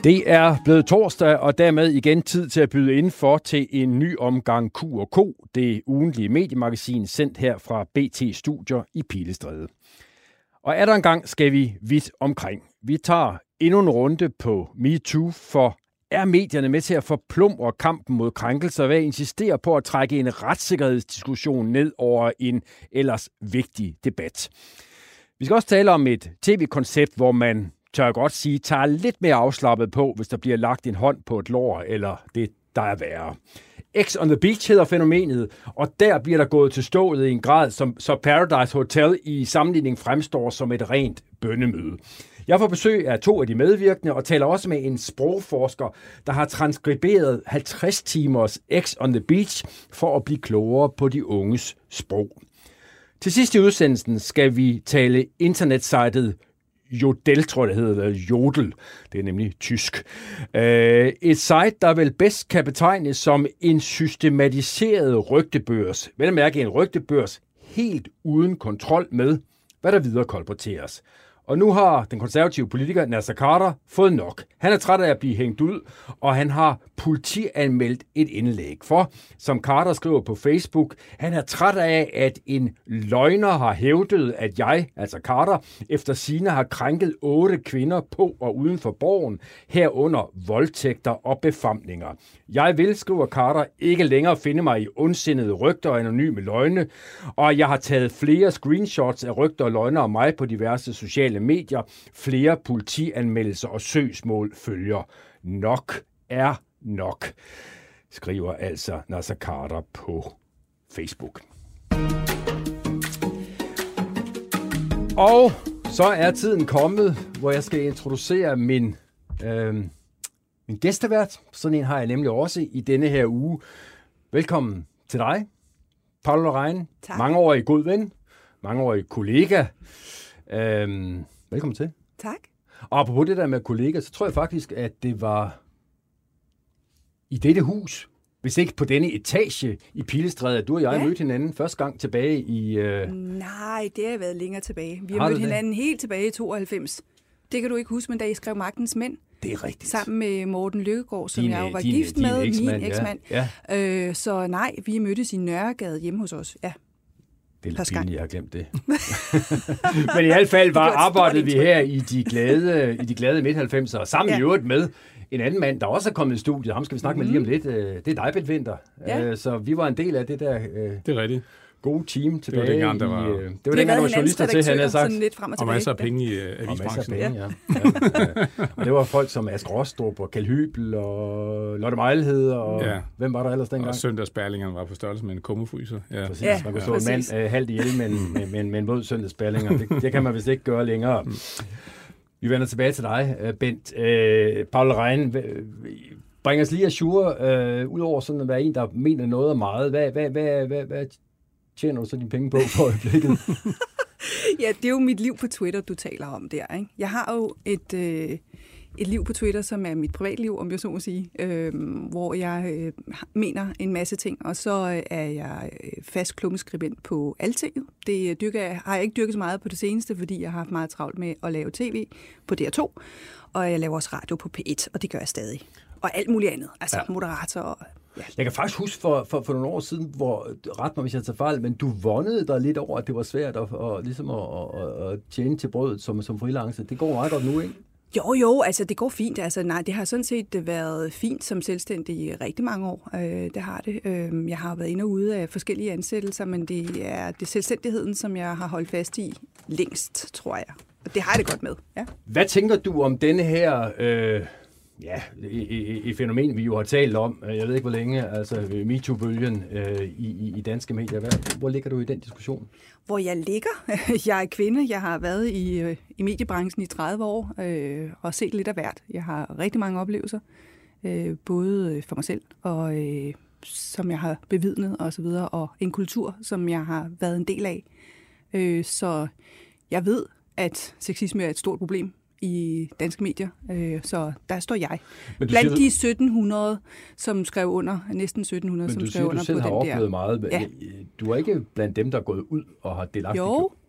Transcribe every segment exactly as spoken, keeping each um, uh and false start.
Det er blevet torsdag, og dermed igen tid til at byde ind for til en ny omgang Q og K, det ugentlige mediemagasin sendt her fra B T Studier i Pilestræde. Og er der engang, skal vi vidt omkring. Vi tager endnu en runde på MeToo, for er medierne med til at forplumre kampen mod krænkelser ved at insistere på at trække en retssikkerhedsdiskussion ned over en ellers vigtig debat. Vi skal også tale om et tv-koncept, hvor man, tør jeg godt sige, tager lidt mere afslappet på, hvis der bliver lagt en hånd på et lår, eller det, der er værre. X on the Beach hedder fænomenet, og der bliver der gået til stålet i en grad, som så Paradise Hotel i sammenligning fremstår som et rent bønnemøde. Jeg får besøg af to af de medvirkende og taler også med en sprogforsker, der har transkriberet halvtreds timers X on the Beach for at blive klogere på de unges sprog. Til sidst i udsendelsen skal vi tale internetsejtet Jodel, tror jeg det hedder, eller Jodel. Det er nemlig tysk. Et site, der vel bedst kan betegnes som en systematiseret rygtebørs. Vel at mærke en rygtebørs helt uden kontrol med, hvad der videre kolporteres. Og nu har den konservative politiker Naser Khader fået nok. Han er træt af at blive hængt ud, og han har politianmeldt et indlæg. For, som Khader skriver på Facebook, han er træt af, at en løgner har hævdet, at jeg, altså Khader, efter sigende har krænket otte kvinder på og uden for borgen, herunder voldtægter og befamlinger. Jeg vil, skriver Khader, ikke længere finde mig i ondsindede rygter og anonyme løgne, og jeg har taget flere screenshots af rygter og løgner om mig på diverse sociale medier. Flere politianmeldelser og søgsmål følger. Nok er nok, skriver altså Naser Khader på Facebook. Og så er tiden kommet, hvor jeg skal introducere min, øh, min gæstevært. Sådan en har jeg nemlig også i denne her uge. Velkommen til dig, Paula Rein. Mangeårig god ven, mangeårig kollega. Øhm, velkommen til. Tak. Og apropos det der med kollegaer, så tror jeg faktisk, at det var i dette hus, hvis ikke på denne etage i Pilestræde, at du og jeg ja. mødte hinanden første gang tilbage i... Øh... Nej, det har været længere tilbage. Vi har, har mødt hinanden det? helt tilbage i tooghalvfems. Det kan du ikke huske, men da I skrev Magtens Mænd. Det er rigtigt. Sammen med Morten Lykkegaard, som din, jeg jo var din, gift din med, eksmand, min eksmand. Ja. Ja. Øh, så nej, vi mødtes i Nørregade hjemme hos os. Ja. Det er lidt pinligt, jeg har glemt det. Men i hvert fald var arbejdet vi her i de glade, i de glade midt-halvfemser, sammen ja. i øvrigt med en anden mand, der også er kommet i studiet. Ham skal vi snakke mm-hmm. med lige om lidt. Det er dig, Bent Winther. Ja. Så vi var en del af det der det er rigtigt. gode team tilbage. Det var dengang, der var... I, det var dengang, der var journalister til, han havde sagt. Lidt frem og, og masser af penge i uh, avisbranchen. Ja. Ja. Ja. Og det var folk som Asger Rostrup og Kjeld Hybel og Lotte Mejlhed og ja. hvem var der ellers dengang? Og Søndagsberlingerne var på størrelse med en kummefryser. Ja. Præcis. Ja, man kunne stå en mand uh, halvt ihjel med en, med, med, med en våd Søndagsberlinger. Det, det kan man vist ikke gøre længere. Mm. Vi vender tilbage til dig, Bent. Uh, Paula Rein, bring os lige ajour, uh, ud over sådan at være en, der mener noget og meget. Hvad, hvad, hvad, hvad, hvad tjener du så dine penge på for øjeblikket? Ja, det er jo mit liv på Twitter, du taler om der, ikke? Jeg har jo et, øh, et liv på Twitter, som er mit privatliv, om jeg så må sige, øh, hvor jeg øh, mener en masse ting, og så er jeg fast klummeskribent på Altinget. Det dyrker, har jeg ikke dyrket så meget på det seneste, fordi jeg har haft meget travlt med at lave tv på D R to, og jeg laver også radio på P et, og det gør jeg stadig. Og alt muligt andet, altså ja. moderator og... Ja. Jeg kan faktisk huske for, for, for nogle år siden, hvor, ret mig hvis jeg tager fejl, men du vondede dig lidt over, at det var svært at, og, ligesom at, at, at tjene til brødet som, som freelancer. Det går meget godt nu, ikke? Jo, jo, altså det går fint. Altså, nej, det har sådan set været fint som selvstændig i rigtig mange år. Øh, det har det. Øh, jeg har været inde og ude af forskellige ansættelser, men det er det selvstændigheden, som jeg har holdt fast i længst, tror jeg. Og det har jeg det godt med. Ja. Hvad tænker du om denne her... Øh Ja, et fænomen, vi jo har talt om, jeg ved ikke hvor længe, altså MeToo-bølgen øh, i, i danske medier. Hvad, hvor ligger du i den diskussion? Hvor jeg ligger? Jeg er kvinde, jeg har været i, i mediebranchen i tredive år øh, og set lidt af hvert. Jeg har rigtig mange oplevelser, øh, både for mig selv og øh, som jeg har bevidnet og så videre, og en kultur, som jeg har været en del af. Øh, så jeg ved, at sexisme er et stort problem i danske medier, øh, så der står jeg. Blandt siger, de sytten hundrede, som skrev under, næsten sytten hundrede, som skrev under på den der. Men du siger, du selv har oplevet meget. Ja. Du er ikke blandt dem, der er gået ud og har delagtigt? Jo,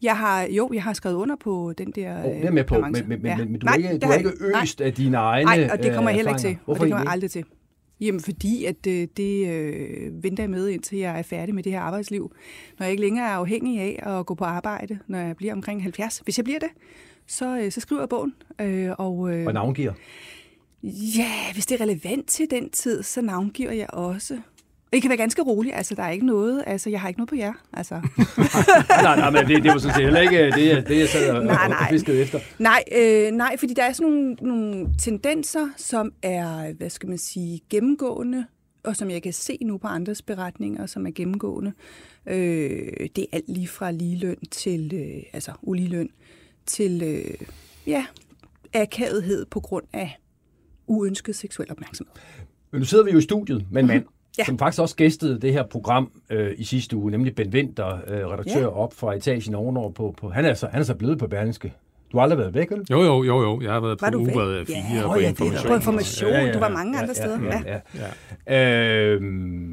Jeg har, jo, jeg har skrevet under på den der... Oh, det er med på, men, men, ja. men du nej, er ikke, du er ikke øst nej. af dine egne Nej, og det kommer jeg heller ikke til. Hvorfor og det kommer jeg aldrig til. Jamen, fordi at øh, det øh, venter jeg med, indtil jeg er færdig med det her arbejdsliv. Når jeg ikke længere er afhængig af at gå på arbejde, når jeg bliver omkring halvfjerds. Hvis jeg bliver det, så, øh, så skriver jeg bogen. Øh, og, øh, og navngiver? Ja, hvis det er relevant til den tid, så navngiver jeg også. I kan være ganske rolig, altså der er ikke noget, altså jeg har ikke noget på jer, altså. nej, nej, men det, det var sådan set heller ikke det, det jeg sad og, nej, nej. og fiskede efter. Nej, øh, nej, fordi der er sådan nogle, nogle tendenser, som er, hvad skal man sige, gennemgående, og som jeg kan se nu på andres beretninger, som er gennemgående. Øh, det er alt lige fra ligeløn til, øh, altså uligeløn, til, øh, ja, akavethed på grund af uønsket seksuel opmærksomhed. Men nu sidder vi jo i studiet med en mand, ja. som faktisk også gæstede det her program øh, i sidste uge, nemlig Ben Winther, øh, redaktør ja. op fra etagen ovenover på, på han er så han er så blevet på Berlingske. Du har aldrig været væk, eller? Jo, jo, jo, jo. Jeg har været var på ugebrevet fire ja, på ja, information. På information. Ja, ja, ja. Du var mange andre ja, ja, steder. Ja, ja, ja. Øh,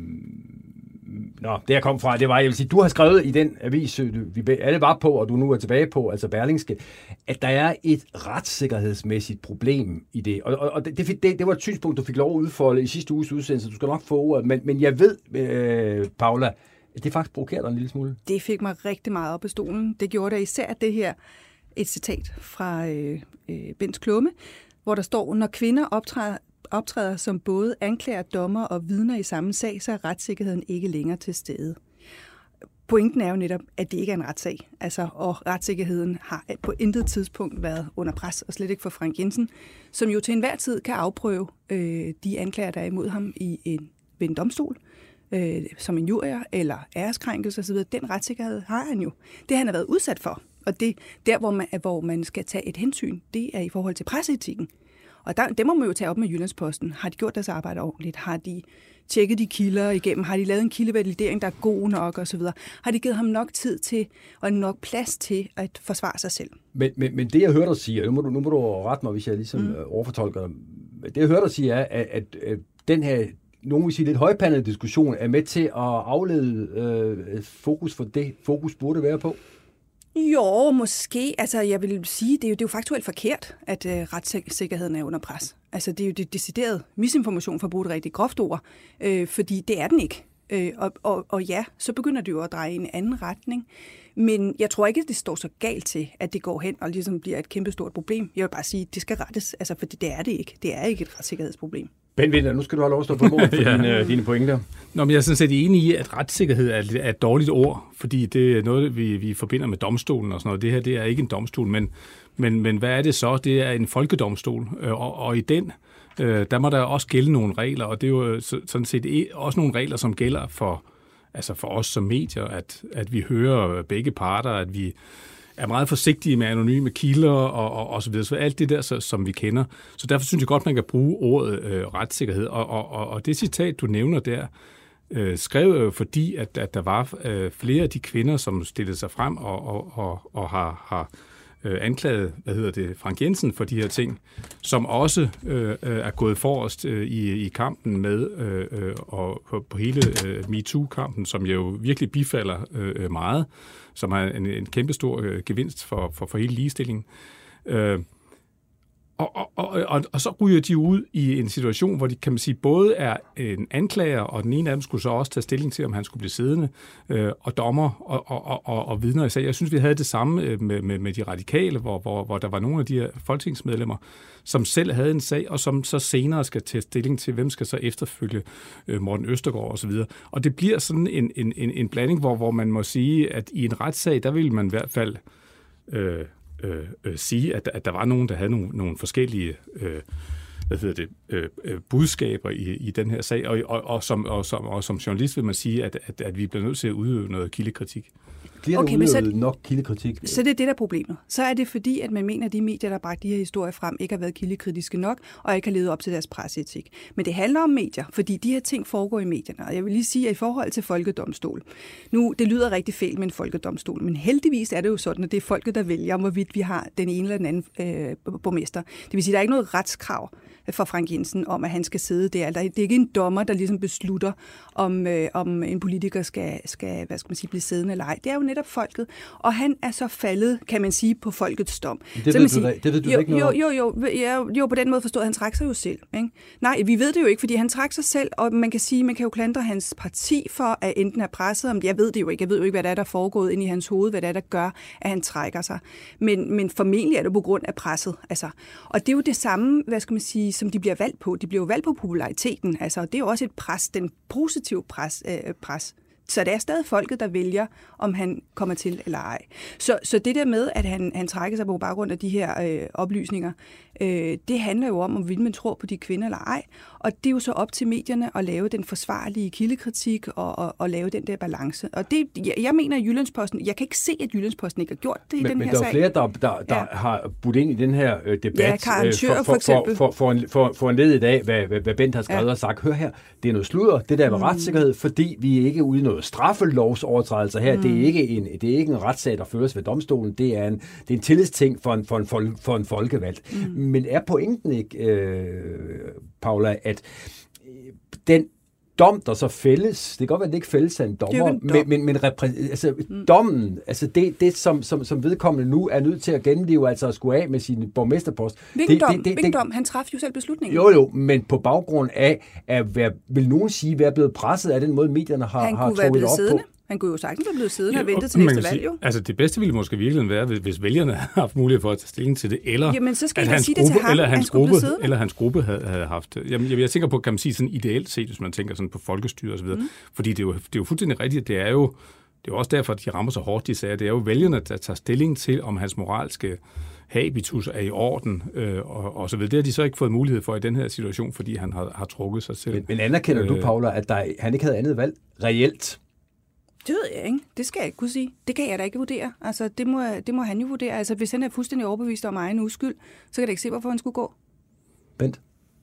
Nå, det jeg kom fra, det var, jeg vil sige, du har skrevet i den avis, vi alle var på, og du nu er tilbage på, altså Berlingske, at der er et retssikkerhedsmæssigt problem i det. Og, og, og det, det, det var et synspunkt, du fik lov at udfolde i sidste uges udsendelse, du skal nok få ordet, men, men jeg ved, øh, Paula, at det faktisk provokerer dig en lille smule. Det fik mig rigtig meget op af stolen. Det gjorde det især det her, et citat fra øh, øh, Bens Klumme, hvor der står, når kvinder optræder optræder som både anklager, dommer og vidner i samme sag, så er retssikkerheden ikke længere til stede. Pointen er jo netop, at det ikke er en retssag, altså, og retssikkerheden har på intet tidspunkt været under pres, og slet ikke for Frank Jensen, som jo til enhver tid kan afprøve øh, de anklager, der er imod ham i en, ved en domstol, øh, som en jurier eller æreskrænkelse osv. Den retssikkerhed har han jo. Det han har været udsat for, og det der, hvor man, hvor man skal tage et hensyn, det er i forhold til presseetikken. Og der, det må man jo tage op med Jyllandsposten. Har de gjort deres arbejde ordentligt? Har de tjekket de kilder igennem? Har de lavet en kildevalidering, der er god nok osv.? Har de givet ham nok tid til og nok plads til at forsvare sig selv? Men, men, men det, jeg hørte dig sige, nu må du, nu må du rette mig, hvis jeg ligesom mm. overfortolker dig. Det, jeg hørte dig sige, er, at, at, at den her, nogen vil sige, lidt højpandede diskussion er med til at aflede øh, fokus for det, fokus burde være på. Jo, måske. Altså, jeg vil sige, det er jo, det er jo faktuelt forkert, at øh, retssikkerheden er under pres. Altså, det er jo det deciderede misinformation, for at bruge et rigtig groft ord, øh, fordi det er den ikke. Øh, og, og, og ja, så begynder det jo at dreje i en anden retning. Men jeg tror ikke, at det står så galt til, at det går hen og ligesom bliver et kæmpestort problem. Jeg vil bare sige, at det skal rettes, altså, for det er det ikke. Det er ikke et retssikkerhedsproblem. Ben Winther, nu skal du have lov at stå på mål for ja. dine, dine pointer. Nå, men jeg er sådan set enig i, at retssikkerhed er et, er et dårligt ord, fordi det er noget, vi, vi forbinder med domstolen og sådan noget. Det her, det er ikke en domstol, men, men, men hvad er det så? Det er en folkedomstol, og, og i den, øh, der må der også gælde nogle regler, og det er jo sådan set også nogle regler, som gælder for, altså for os som medier, at, at vi hører begge parter, at vi er meget forsigtige med anonyme kilder og, og, og så videre. Så alt det der, så, som vi kender. Så derfor synes jeg godt, man kan bruge ordet øh, retssikkerhed. Og, og, og, og det citat, du nævner der, øh, skrev jo fordi, at, at der var øh, flere af de kvinder, som stillede sig frem og, og, og, og har, har øh, anklaget, hvad hedder det, Frank Jensen for de her ting, som også øh, er gået forrest øh, i, i kampen med øh, og på, på hele øh, MeToo-kampen, som jeg jo virkelig bifalder øh, meget, som er en, en kæmpestor øh, gevinst for, for, for hele ligestillingen. Øh, og, og, og, og, og så ryger de ud i en situation, hvor de, kan man sige, både er en anklager, og den ene af dem skulle så også tage stilling til, om han skulle blive siddende, øh, og dommer og, og, og, og vidner i sag. Jeg synes, vi havde det samme med, med, med de radikale, hvor, hvor, hvor der var nogle af de her folketingsmedlemmer, som selv havde en sag, og som så senere skal tage stilling til, hvem skal så efterfølge øh, Morten Østergaard osv. Og, og det bliver sådan en, en, en, en blanding, hvor, hvor man må sige, at i en retssag, der vil man i hvert fald øh, øh, øh, sige, at, at der var nogen, der havde nogle, nogle forskellige øh, hvad hedder det, øh, øh, budskaber i, i den her sag, og, og, og, som, og, som, og som journalist vil man sige, at, at, at vi bliver nødt til at udøve noget kildekritik. Bliver der okay, udøvet nok kildekritik? Så det er det, der er problemet. Så er det fordi, at man mener, at de medier, der har bragt de her historier frem, ikke har været kildekritiske nok, og ikke har levet op til deres presseetik. Men det handler om medier, fordi de her ting foregår i medierne. Og jeg vil lige sige, at i forhold til folkedomstol, nu, det lyder rigtig fælt med en folkedomstol, men heldigvis er det jo sådan, at det er folket, der vælger, hvorvidt vi har den ene eller den anden øh, borgmester. Det vil sige, at der er ikke noget retskrav for Frank Jensen om, at han skal sidde der. Det er ikke en dommer, der ligesom beslutter, om, øh, om en politiker skal, skal, hvad skal man sige, blive siddende eller ej. Det er jo netop folket. Og han er så faldet, kan man sige, på folkets dom. Det ved, så man du, sige, det ved du jo, ikke noget jo, jo, jo, jo, jo, på den måde forstået, han trækker sig jo selv. Ikke? Nej, vi ved det jo ikke, fordi han trækker sig selv, og man kan sige, man kan jo klandre hans parti for at enten have presset om, jeg ved det jo ikke, jeg ved jo ikke, hvad der er, der er foregået inde i hans hoved, hvad der er, der gør, at han trækker sig. Men, men formentlig er det på grund af presset. Altså. Og det er jo det samme, hvad skal man sige, som de bliver valgt på. De bliver jo valgt på populariteten. Altså, det er jo også et pres, den positive pres. Øh, pres. Så det er stadig folket, der vælger, om han kommer til eller ej. Så, så det der med, at han, han trækker sig på baggrund af de her øh, oplysninger, øh, det handler jo om, om man tror på de kvinder eller ej. Og det er jo så op til medierne at lave den forsvarlige kildekritik og, og, og lave den der balance. Og det, jeg, jeg mener, at Jyllandsposten, jeg kan ikke se, at Jyllandsposten ikke har gjort det i men, den men her sag. Men der er flere, der, der, der ja. har budt ind i den her øh, debat. Ja, Karen Tjør, øh, for, for eksempel. For, for, for, for, for en led i dag, hvad, hvad, hvad Bent har skrevet ja. og sagt. Hør her, det er noget sludder, det der med mm. retssikkerhed, fordi vi er ikke ude i noget straffelovsovertrædelser her. Mm. Det, er ikke en, det er ikke en retssag, der føres ved domstolen. Det er en, det er en tillidsting for en, for en, for, for en folkevalgt. Mm. Men er pointen ikke, øh, Paula, at den dom, der så fælles, det kan godt være, at det ikke fælles af en dommer, en dom. men, men, men repræ- altså, mm. dommen, altså det, det som, som, som vedkommende nu er nødt til at genleve, altså at skulle af med sin borgmesterpost. Hvilken det, dom? Det, det, Hvilken det, dom? Han træffede jo selv beslutningen. Jo, jo, men på baggrund af, at være, vil nogen sige, være blevet presset af den måde, medierne har, han har trukket op siddende. på. Han kunne jo sagtens være blevet siddende ja, og ventet til næste valg, jo. Altså, det bedste ville måske virkelig være, hvis, hvis vælgerne havde haft mulighed for at tage stilling til det, eller Jamen, så skal at I hans sige gruppe, det til ham, eller hans gruppe, han eller hans gruppe havde, havde haft. Jamen, jeg, jeg tænker på, kan man sige sådan ideelt set, hvis man tænker sådan på folkestyre og så videre, mm. fordi det er, jo, det er jo fuldstændig rigtigt, det er jo, det er også derfor, at de rammer så hårdt, de sager. Det er jo vælgerne, der tager stilling til, om hans moralske habitus er i orden, øh, og, og så videre. Det har de så ikke fået mulighed for i den her situation, fordi han har, har trukket sig selv. Men, men anerkender øh, du, Paula, at der, han ikke havde andet valg reelt? Det ved jeg ikke. Det skal jeg ikke kunne sige. Det kan jeg da ikke vurdere. Altså, det må, det må han jo vurdere. Altså, hvis han er fuldstændig overbevist om egen uskyld, så kan jeg ikke se, hvorfor han skulle gå. Bent?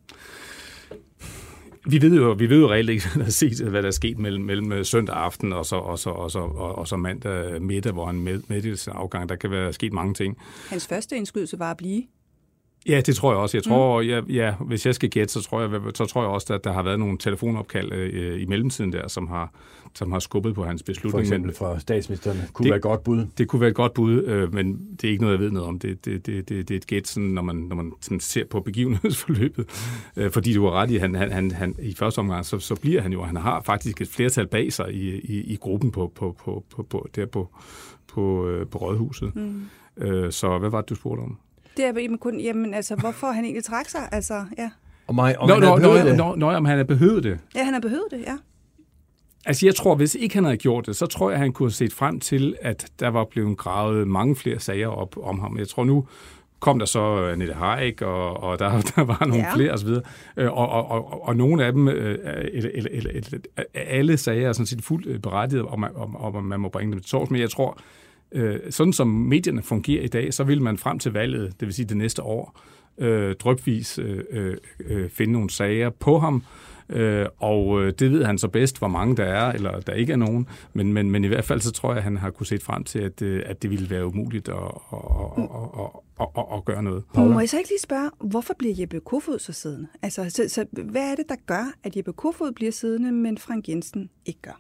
Vi ved jo, vi ved jo reelt ikke, hvad der er, set, hvad der er sket mellem, mellem søndag aften og så, og så, og så, og, og så mandag middag, hvor han med, meddelte sin afgang. Der kan være sket mange ting. Hans første indskydelse var at blive. Ja, det tror jeg også. Jeg tror, mm. ja, ja, hvis jeg skal gætte, så tror jeg, så tror jeg også, at der har været nogle telefonopkald øh, i mellemtiden der, som har, som har skubbet på hans beslutning. For eksempel fra statsministeren. Kunne det, være et godt bud. Det kunne være et godt bud, øh, men det er ikke noget, jeg ved noget om. Det, det, det, det, det er et gæt, sådan, når man, når man sådan ser på begivenhedsforløbet. Øh, fordi du har ret i, han, han, han, i første omgang, så, så bliver han jo, han har faktisk et flertal bag sig i, i, i gruppen på, på, på, på, på, der på, på, øh, på Rådhuset. Mm. Øh, så hvad var det, du spurgte om? Det er jamen kun, jamen altså, hvorfor han egentlig trækker sig, altså, ja. Og mig, og nå, nå, nå, nå, nå, om han har behøvet det. Ja, han har behøvet det, ja. Altså, jeg tror, hvis ikke han havde gjort det, så tror jeg, han kunne have set frem til, at der var blevet gravet mange flere sager op om ham. Jeg tror nu, kom der så Annette Haik, og, og der, der var nogle ja. flere osv. Og, og, og, og nogle af dem, eller, eller, eller, alle sager er sådan set fuldt berettiget, om, om, om man må bringe dem til tors. Men jeg tror, sådan som medierne fungerer i dag, så vil man frem til valget, det vil sige det næste år, øh, drypvis øh, øh, finde nogle sager på ham, øh, og det ved han så bedst, hvor mange der er, eller der ikke er nogen, men, men, men i hvert fald så tror jeg, at han har kunne set frem til, at, at det ville være umuligt at, at, at, at, at, at gøre noget. Paula? Må jeg så ikke lige spørge, hvorfor bliver Jeppe Kofod så siddende? Altså, så, så hvad er det, der gør, at Jeppe Kofod bliver siddende, men Frank Jensen ikke gør?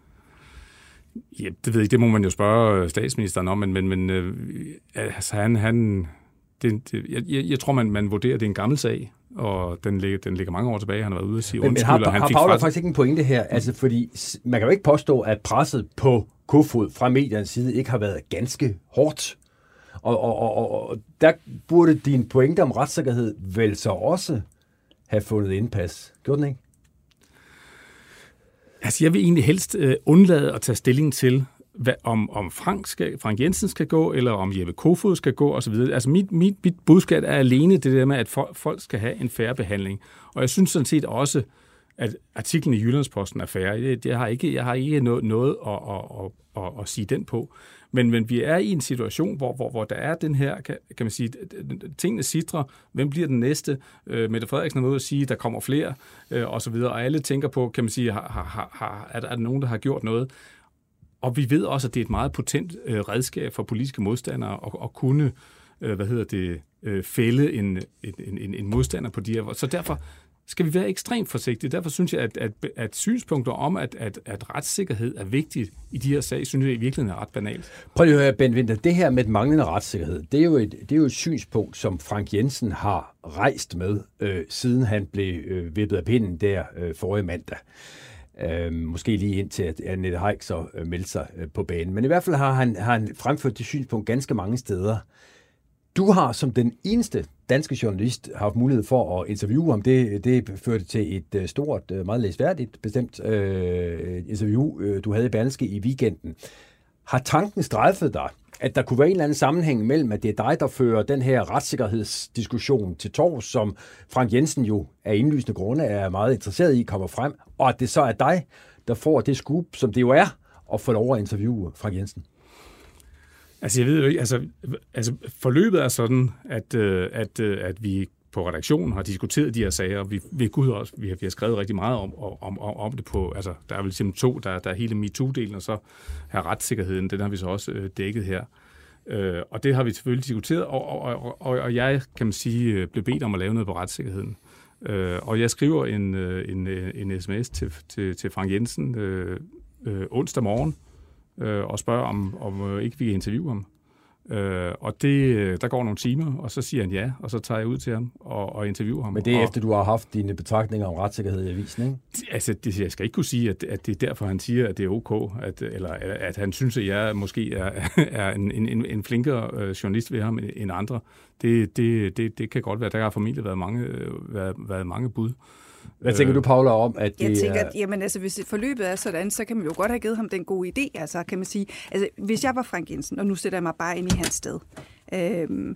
Ja, det ved jeg ikke, det må man jo spørge statsministeren om, men, men, men øh, altså han, han det, det, jeg, jeg tror, man, man vurderer, at det er en gammel sag, og den ligger, den ligger mange år tilbage. Han har været ude at sige undskyld, men, men har, han har fik Paula faktisk ikke en pointe her, altså fordi man kan jo ikke påstå, at presset på Kofod fra mediernes side ikke har været ganske hårdt. Og, og, og, og der burde din pointe om retssikkerhed vel så også have fundet indpas. Gjorde den ikke? Altså, jeg vil egentlig helst øh, undlade at tage stilling til, hvad, om, om Frank, skal, Frank Jensen skal gå, eller om Jeppe Kofod skal gå, osv. Altså, mit, mit, mit budskab er alene det der med, at for, folk skal have en fair behandling. Og jeg synes sådan set også, at artiklen i Jyllandsposten er fair. Jeg, jeg har ikke, jeg har ikke noget, noget at, at, at, at, at sige den på. Men, men vi er i en situation, hvor, hvor, hvor der er den her, kan, kan man sige, tingene sidrer. Hvem bliver den næste? Øh, Mette Frederiksen er ude at sige, der kommer flere, øh, og så videre. Og alle tænker på, kan man sige, har, har, har, er, der, er der nogen, der har gjort noget? Og vi ved også, at det er et meget potent øh, redskab for politiske modstandere at, at kunne, øh, hvad hedder det, øh, fælde en, en, en, en modstander på de her. Så derfor skal vi være ekstremt forsigtige. Derfor synes jeg, at, at, at synspunkter om, at, at, at retssikkerhed er vigtigt i de her sager, synes jeg i virkeligheden er ret banalt. Prøv lige at høre, Bent Winther, det her med den manglende retssikkerhed, det er jo et, det er jo et synspunkt, som Frank Jensen har rejst med, øh, siden han blev øh, vippet af pinden der øh, forrige mandag. Øh, måske lige indtil, at Annette Heick så øh, meldte sig øh, på banen. Men i hvert fald har han, har han fremført det synspunkt ganske mange steder. Du har som den eneste danske journalist haft mulighed for at interviewe ham. Det, det førte til et stort, meget læsværdigt bestemt øh, interview, øh, du havde i Berlingske i weekenden. Har tanken strejfet dig, at der kunne være en eller anden sammenhæng mellem, at det er dig, der fører den her retssikkerhedsdiskussion til torvs, som Frank Jensen jo af indlysende grunde er meget interesseret i, kommer frem, og at det så er dig, der får det scoop, som det jo er, at få lov at interviewe Frank Jensen? Altså, jeg ved jo ikke, altså, altså forløbet er sådan, at, at, at vi på redaktionen har diskuteret de her sager, og vi ved Gud også, vi har, vi har skrevet rigtig meget om, om, om, om det på, altså, der er vel simpelthen to, der, der er hele MeToo-delen, og så her retssikkerheden, den har vi så også øh, dækket her. Øh, og det har vi selvfølgelig diskuteret, og, og, og, og, og jeg, kan man sige, blev bedt om at lave noget på retssikkerheden. Øh, og jeg skriver en, en, en sms til, til, til Frank Jensen øh, øh, onsdag morgen, og spørger, om, om ikke vi kan interviewe ham. Øh, og det, der går nogle timer, og så siger han ja, og så tager jeg ud til ham og, og interviewer ham. Men det er og, efter, du har haft dine betragtninger om retssikkerhed i avisen, ikke? Altså, det, jeg skal ikke kunne sige, at, at det er derfor, han siger, at det er ok, at, eller at han synes, at jeg måske er, er en, en, en flinkere journalist ved ham end andre. Det, det, det, det kan godt være. Der har formentlig været mange, været, været mange bud. Hvad tænker du, Paula, om, at det Jeg tænker, er... at jamen, altså, hvis forløbet er sådan, så kan man jo godt have givet ham den gode idé. Altså, kan man sige, altså, hvis jeg var Frank Jensen, og nu sætter jeg mig bare ind i hans sted, øhm,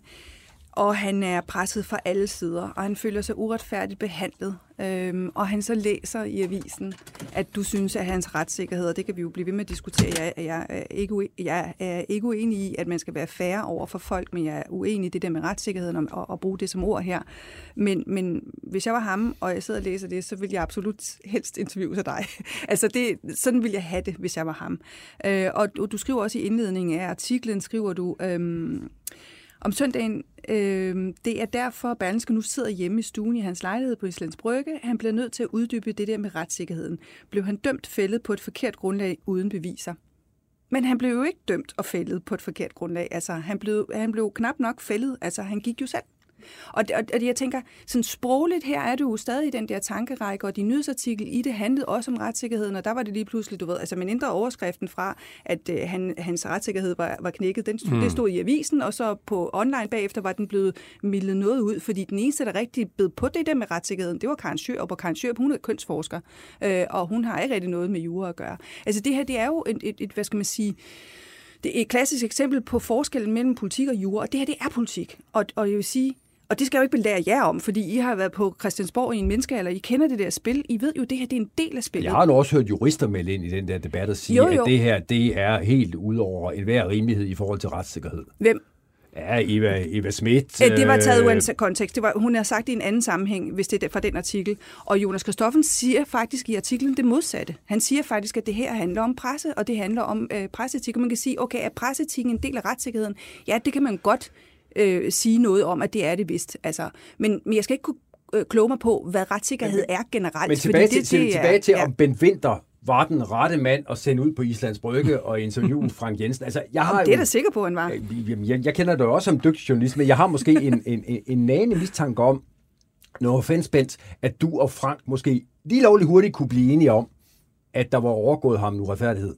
og han er presset fra alle sider, og han føler sig uretfærdigt behandlet, øhm, og han så læser i avisen, at du synes, at hans retssikkerhed, og det kan vi jo blive ved med at diskutere, jeg, jeg, er, ikke ue, jeg er ikke uenig i, at man skal være fair over for folk, men jeg er uenig i det der med retssikkerheden, og, og bruge det som ord her. Men, men hvis jeg var ham, og jeg sidder og læser det, så ville jeg absolut helst interviewe sig dig. altså, det, sådan ville jeg have det, hvis jeg var ham. Øh, og du, du skriver også i indledningen af artiklen, skriver du... Øhm, Om søndagen, øh, det er derfor, Berlingske nu sidder hjemme i stuen i hans lejlighed på Islands Brygge. Han bliver nødt til at uddybe det der med retssikkerheden. Blev han dømt fældet på et forkert grundlag uden beviser? Men han blev jo ikke dømt og fældet på et forkert grundlag. Altså, han blev, han blev knap nok fældet. Altså, han gik jo selv. Og, og, og jeg tænker, sådan sprogligt her er du jo stadig i den der tankerække, og din nyhedsartikel i det handlede også om retssikkerheden, og der var det lige pludselig, du ved, altså man ændrede overskriften fra, at øh, han, hans retssikkerhed var, var knækket. Den, mm. Det stod i avisen, og så på online bagefter var den blevet mildet noget ud, fordi den eneste, der rigtig bed på det der med retssikkerheden, det var Karen Schørup, og Karen Schørup, hun er kønsforsker, øh, og hun har ikke rigtig noget med jura at gøre. Altså det her, det er jo et, et, et hvad skal man sige, det er et klassisk eksempel på forskellen mellem politik og jura, og det her, det er politik. Og, og jeg vil sige, og det skal jeg jo ikke belære jer om, fordi I har været på Christiansborg i en menneskealder, I kender det der spil, I ved jo, det her det er en del af spillet. Jeg har nu også hørt jurister melde ind i den der debat og sige, jo, jo. at det her det er helt ud over enhver rimelighed i forhold til retssikkerhed. Hvem? Ja, Eva, Eva Schmidt. Det var taget ud af en kontekst. Det var, hun har sagt i en anden sammenhæng, hvis det er fra den artikel. Og Jonas Christoffersen siger faktisk i artiklen det modsatte. Han siger faktisk, at det her handler om presse, og det handler om øh, presseetik. Og man kan sige, okay, er presseetikken en del af retssikkerheden? Ja, det kan man godt øh, sige noget om, at det er det vist. Altså, men, men jeg skal ikke kunne øh, kloge mig på, hvad retssikkerhed er generelt. Men tilbage til, det, til, det er, tilbage til ja. om Bent Winther var den rette mand at sende ud på Islands Brygge og interviewe Frank Jensen. Altså, jeg har det er jo, da sikker på, han var. Jeg, jeg, jeg kender dig også som dygtig journalist, men jeg har måske en, en, en, en nane mistanke om, når offense, Bent, at du og Frank måske lige lovligt hurtigt kunne blive enige om, at der var overgået ham en uretfærdighed.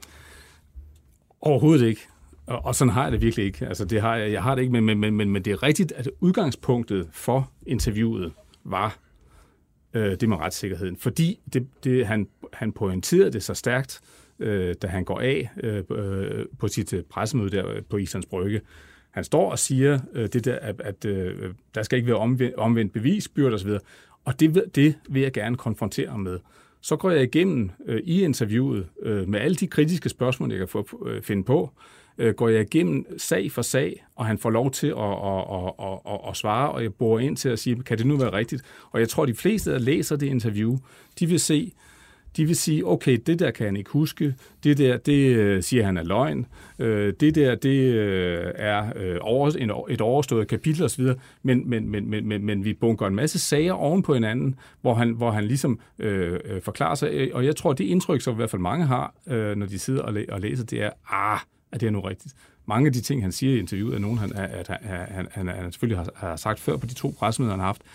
Overhovedet ikke. Og, og sådan har jeg det virkelig ikke. Altså, det har jeg, jeg har det ikke, men, men, men, men det er rigtigt, at udgangspunktet for interviewet var øh, det med retssikkerheden. Fordi det, det, han, han pointerede det så stærkt, øh, da han går af øh, på sit pressemøde der på Islands Brygge. Han står og siger, øh, det der, at, at øh, der skal ikke være omvendt, omvendt bevisbyrde osv., og det, det vil jeg gerne konfrontere ham med. Så går jeg igennem øh, i interviewet øh, med alle de kritiske spørgsmål, jeg kan få, øh, finde på, øh, går jeg igennem sag for sag, og han får lov til at, at, at, at, at, at svare, og jeg borer ind til at sige, kan det nu være rigtigt? Og jeg tror, de fleste, der læser det interview, de vil se, de vil sige, okay, det der kan han ikke huske, det der, det øh, siger han er løgn, øh, det der, det øh, er øh, over, en, et overstået kapitel osv., men, men, men, men, men, men vi bunker en masse sager oven på hinanden, hvor han, hvor han ligesom øh, øh, forklarer sig, og jeg tror, det indtryk, som i hvert fald mange har, øh, når de sidder og, læ- og læser, det er, ah, er det nu rigtigt? Mange af de ting, han siger i interviewet, er nogen, han, at han, han, han, han selvfølgelig har, har sagt før på de to pressemøder, han har haft.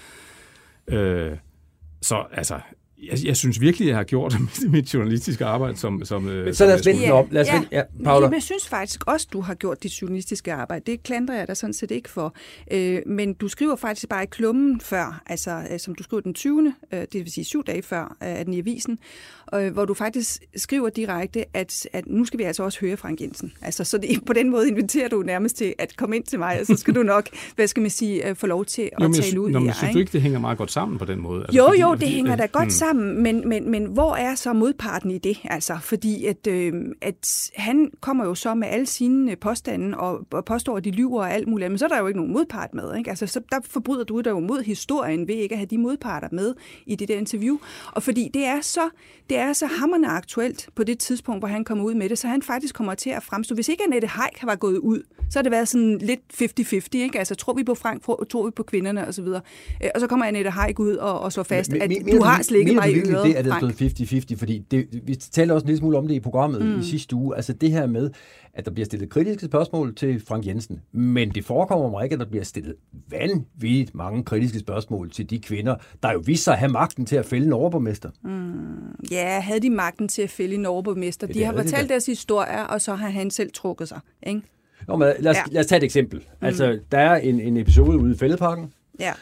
Øh, så altså, jeg, jeg synes virkelig, jeg har gjort mit, mit journalistiske arbejde som... som Men så lad os vente op. Lad os ja, vente. Ja, Paula. Jamen, jeg synes faktisk også, du har gjort dit journalistiske arbejde. Det klandrer jeg dig sådan set ikke for. Øh, men du skriver faktisk bare i klummen før, altså øh, som du skriver den tyvende, øh, det vil sige syv dage før, øh, den i avisen, øh, hvor du faktisk skriver direkte, at, at nu skal vi altså også høre Frank Jensen. Altså, så det, på den måde inviterer du nærmest til at komme ind til mig, og så skal du nok, hvad skal man sige, få lov til at jo, tale jeg, ud nå, her. Men synes du ikke, det hænger meget godt sammen på den måde? Altså, jo, fordi, jo, det fordi, hænger da godt hmm. sammen, men, men, men hvor er så modparten i det? Altså, fordi at, øh, at han kommer jo så med alle sine påstande og, og påstår, at de lyver og alt muligt, men så er der jo ikke nogen modpart med. Ikke? Altså, så der forbryder du dig jo mod historien ved ikke at have de modparter med i det der interview. Og fordi det er så, det er så hamrende aktuelt på det tidspunkt, hvor han kommer ud med det, så han faktisk kommer til at fremstå. Hvis ikke Annette Heick var gået ud, så har det været sådan lidt halvtreds halvtreds, ikke? Altså, tror vi på Frank, tror vi på kvinderne og så videre. Og så kommer Annette Heick ud og, og slår fast, men, at men, du har slikket mig i øret, Frank. Det er det stået halvtreds halvtreds, fordi det, vi taler også en lille smule om det i programmet mm. i sidste uge. Altså det her med, at der bliver stillet kritiske spørgsmål til Frank Jensen, men det forekommer mig ikke, at der bliver stillet vanvittigt mange kritiske spørgsmål til de kvinder, der jo viser sig at have magten til at fælde en overborgmester. Mm. Ja, havde de magten til at fælde en overborgmester? De har fortalt de deres historier, og så har han selv trukket sig, ikke? Nå, men lad, os, ja. lad os tage et eksempel. Mm. Altså, der er en, en episode ude i Fælledparken,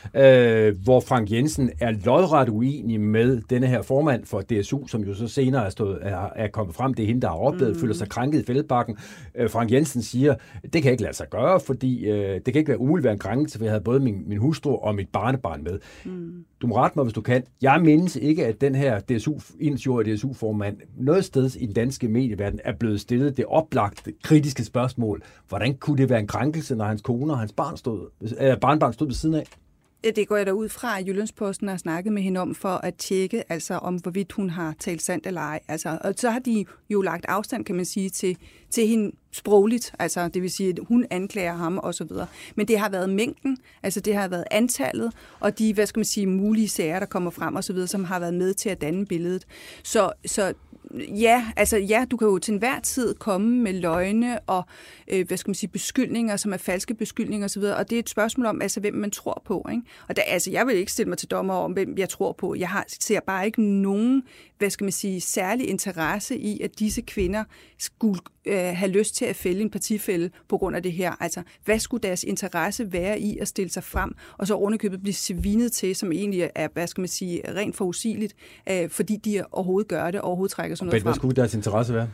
ja. øh, hvor Frank Jensen er lodret uenig med denne her formand for D S U, som jo så senere er, stået, er, er kommet frem. Det er hende, der har oplevet, mm. føler sig krænket i Fælledparken. Øh, Frank Jensen siger, det kan ikke lade sig gøre, fordi øh, det kan ikke være umuligt at være en krænkelse, for jeg havde både min, min hustru og mit barnebarn med. Mm. Du må rette mig, hvis du kan. Jeg mindes ikke, at den her D S U, enogtyve-årige D S U-formand noget sted i den danske medieverden er blevet stillet det oplagte, kritiske spørgsmål. Hvordan kunne det være en krænkelse, når hans kone og hans barn stod, øh, barnbarn stod ved siden af? Det går jeg da ud fra, at Jyllandsposten har snakket med hende om for at tjekke, altså om hvorvidt hun har talt sandt eller ej. Altså, og så har de jo lagt afstand, kan man sige, til, til hende sprogligt, altså det vil sige, at hun anklager ham og så videre. Men det har været mængden, altså det har været antallet, og de, hvad skal man sige, mulige sager, der kommer frem og så videre, som har været med til at danne billedet. Så, så ja, altså ja, du kan jo til enhver tid komme med løgne og, øh, hvad skal man sige, beskyldninger, som er falske beskyldninger og så videre, og det er et spørgsmål om, altså hvem man tror på, ikke? Og der, altså jeg vil ikke stille mig til dommer om, hvem jeg tror på. Jeg har, ser bare ikke nogen, hvad skal man sige, særlig interesse i, at disse kvinder skulle øh, have lyst til at fælde en partifælle på grund af det her. Altså, hvad skulle deres interesse være i at stille sig frem, og så ovenikøbet blive svinet til, som egentlig er, hvad skal man sige, rent forudsigeligt, øh, fordi de overhovedet gør det, overhovedet trækker sådan noget frem. Hvad skulle deres interesse være?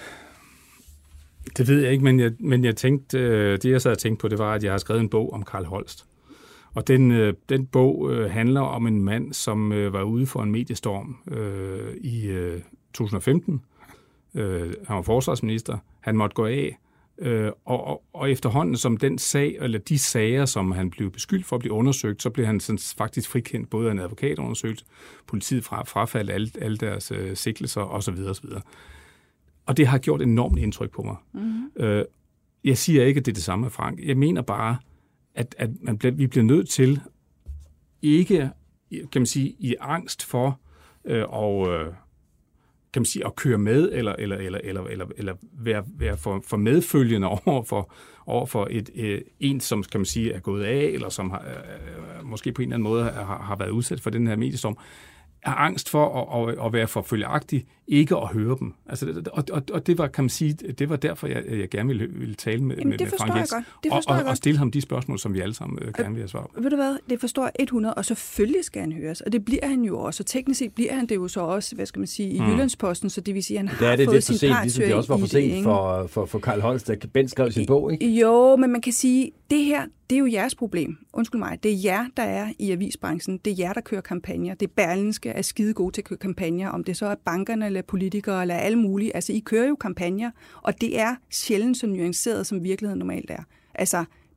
Det ved jeg ikke, men jeg, men jeg tænkte, øh, det jeg så havde tænkt på, det var, at jeg har skrevet en bog om Carl Holst. Og den, øh, den bog øh, handler om en mand, som øh, var ude for en mediestorm øh, i øh, to tusind og femten. Øh, han var forsvarsminister. Han måtte gå af. Øh, og, og, og efterhånden som den sag, eller de sager, som han blev beskyldt for at blive undersøgt, så blev han sådan faktisk frikendt både af en advokatundersøgelse, politiet fra, frafaldt alle, alle deres øh, sigtelser osv. osv. Og det har gjort enormt indtryk på mig. Mm-hmm. Øh, jeg siger ikke, at det er det samme med Frank. Jeg mener bare, at, at man bliver, vi bliver nødt til ikke, kan man sige, i angst for øh, og, øh, kan man sige, at køre med, eller, eller, eller, eller, eller, eller være, være for, for medfølgende over for, over for et, øh, en, som kan man sige, er gået af, eller som har, øh, måske på en eller anden måde har, har været udsat for den her mediestorm, har angst for at, at, at være for følgeagtig, ikke at høre dem. Altså, og, og, og det var, kan man sige, det var derfor, jeg, jeg gerne ville, ville tale med, med, med Frank Jensen, og, og, og stille ham de spørgsmål, som vi alle sammen øh, gerne vil have svar på. Ved du hvad, det forstår jeg hundrede, og selvfølgelig skal han høres, og det bliver han jo også, og teknisk set bliver han det jo så også, hvad skal man sige, i mm. Jyllandsposten, så det vil sige, at han det har det fået sin partshøring. Ligesom det også var for sent for, for, for Carl Holst, da Bent skrev sin bog, ikke? Jo, men man kan sige, det her, det er jo jeres problem. Undskyld mig. Det er jer, der er i avisbranchen. Det er jer, der kører kampagner. Det er Berlingske er skide gode til at køre kampagner. Om det så er bankerne, eller politikere, eller alle mulige. Altså, I kører jo kampagner, og det er sjældent så nuanceret, som virkeligheden normalt er. Altså,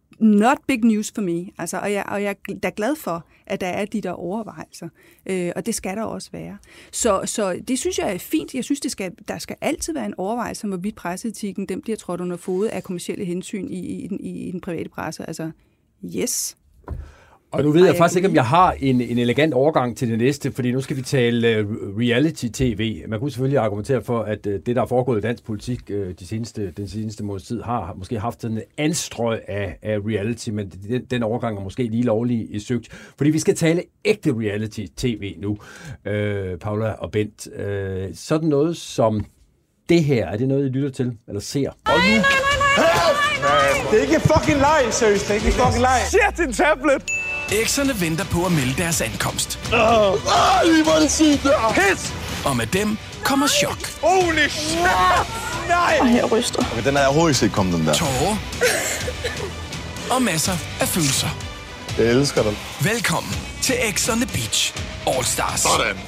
not big news for me. Altså, og, jeg, og jeg er da glad for, at der er de der overvejelser. Øh, og det skal der også være. Så, så det synes jeg er fint. Jeg synes, det skal, der skal altid være en overvejelse om, hvorvidt presseetikken den bliver trådt under fod af kommercielle hensyn i, i, den, i, i den private presse. Altså, yes. Og nu ved jeg, jeg faktisk ikke, om jeg har en, en elegant overgang til det næste, fordi nu skal vi tale uh, reality-tv. Man kunne selvfølgelig argumentere for, at uh, det, der er foregået i dansk politik uh, de seneste, den seneste måneds tid, har måske haft sådan en anstrøg af, af reality, men den, den overgang er måske lige lovlig i søgt. Fordi vi skal tale ægte reality-tv nu, uh, Paula og Bent. Uh, sådan noget som det her, er det noget, I lytter til eller ser? Nej, nej, nej, nej, nej. Det er ikke fucking leg, seriøst. Det er ikke fucking leg. Shit, din tablet! Ekserne venter på at melde deres ankomst. Åh, oh. oh, I må det sige der! Pis! Og med dem kommer chok. Holy shit! Nej! Og jeg ryster. Okay, den er overhovedet ikke set komme, den der. Tårer. Og masser af følelser. Jeg elsker dig. Velkommen til X on the Beach All Stars. Sådan.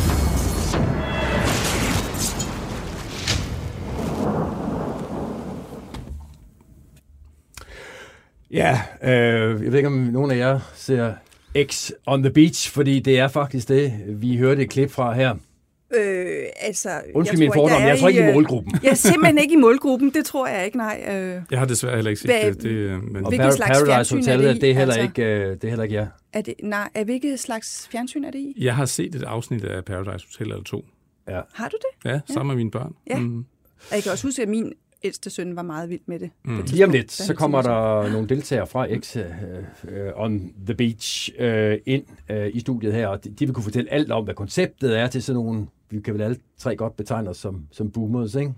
Ja, øh, jeg ved ikke, om nogen af jer ser X on the Beach, fordi det er faktisk det, vi hørte et klip fra her. Øh, altså, Undskyld min fordom, jeg, jeg tror ikke i målgruppen. Jeg er simpelthen ikke i målgruppen, det tror jeg ikke, nej. Øh, Jeg har desværre heller ikke set Hvad- det. det men... Og Hvilken slags Paradise fjernsyn er Hotel, det i? det er heller Altså- ikke, øh, det er heller ikke jer. er det, nej, er hvilket slags fjernsyn er det i? Jeg har set et afsnit af Paradise Hotel eller to. Har du det? Ja, sammen med mine børn. Ja. Mm. Jeg kan også huske, at min ældste søn var meget vild med det. Mm. Mm. Lige om lidt, så kommer der nogle deltagere fra X uh, on the Beach uh, ind uh, i studiet her, og de, de vil kunne fortælle alt om, hvad konceptet er til sådan nogle, vi kan vel alle tre godt betegne os som, som boomers, ikke?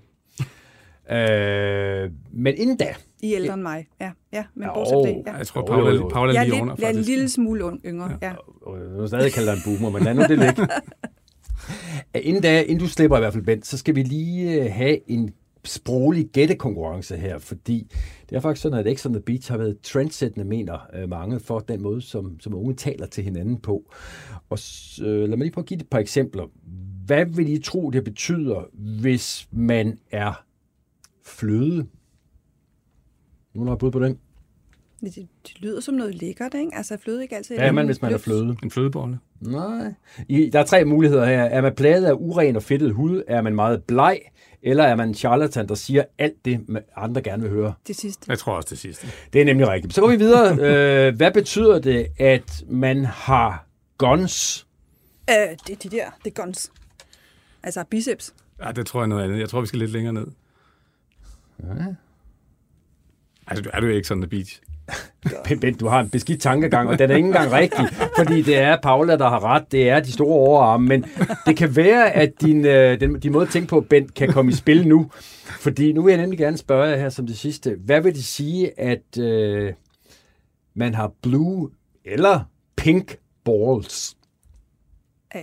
uh, men inden da... I er ældre end mig, ja. Ja, men Ja, bortset fra det, ja. Jeg tror, Jo, Paula, jo, jo. Paula er Jeg er, lige lidt, under, jeg er en faktisk. lille smule un- yngre, ja. Og jeg vil stadig kalde dig en boomer, men lad nu det ligge. Inden da, inden du slipper i hvert fald, Bent, så skal vi lige have en sproglig gættekonkurrence her, fordi det er faktisk sådan, at X on the Beach har været trendsættende, mener øh, mange, for den måde, som, som unge taler til hinanden på. Og øh, lad mig lige prøve at give et par eksempler. Hvad vil I tro, det betyder, hvis man er fløde? Nogen har bud på den? Det, det lyder som noget lækkert, ikke? Altså, fløde ikke altid... Hvad er man, hvis man er fløde? En flødebolle. Nej. I, der er tre muligheder her. Er man plaget af uren og fedtet hud? Er man meget bleg? Eller er man en charlatan, der siger alt det, andre gerne vil høre? Det sidste. Jeg tror også det sidste. Det er nemlig rigtigt. Så går vi videre. øh, hvad betyder det, at man har guns? Øh, det er de der, det er guns. Altså biceps. Ja, det tror jeg er noget andet. Jeg tror, vi skal lidt længere ned. Ja. Altså, er du ikke sådan the beach? Bent, du har en beskidt tankegang, og den er ikke engang rigtig, fordi det er Paula, der har ret. Det er de store overarme, men det kan være, at din, øh, den, din måde at tænke på, Bent, kan komme i spil nu. Fordi nu vil jeg nemlig gerne spørge jer her som det sidste. Hvad vil det sige, at øh, man har blue eller pink balls? Øh,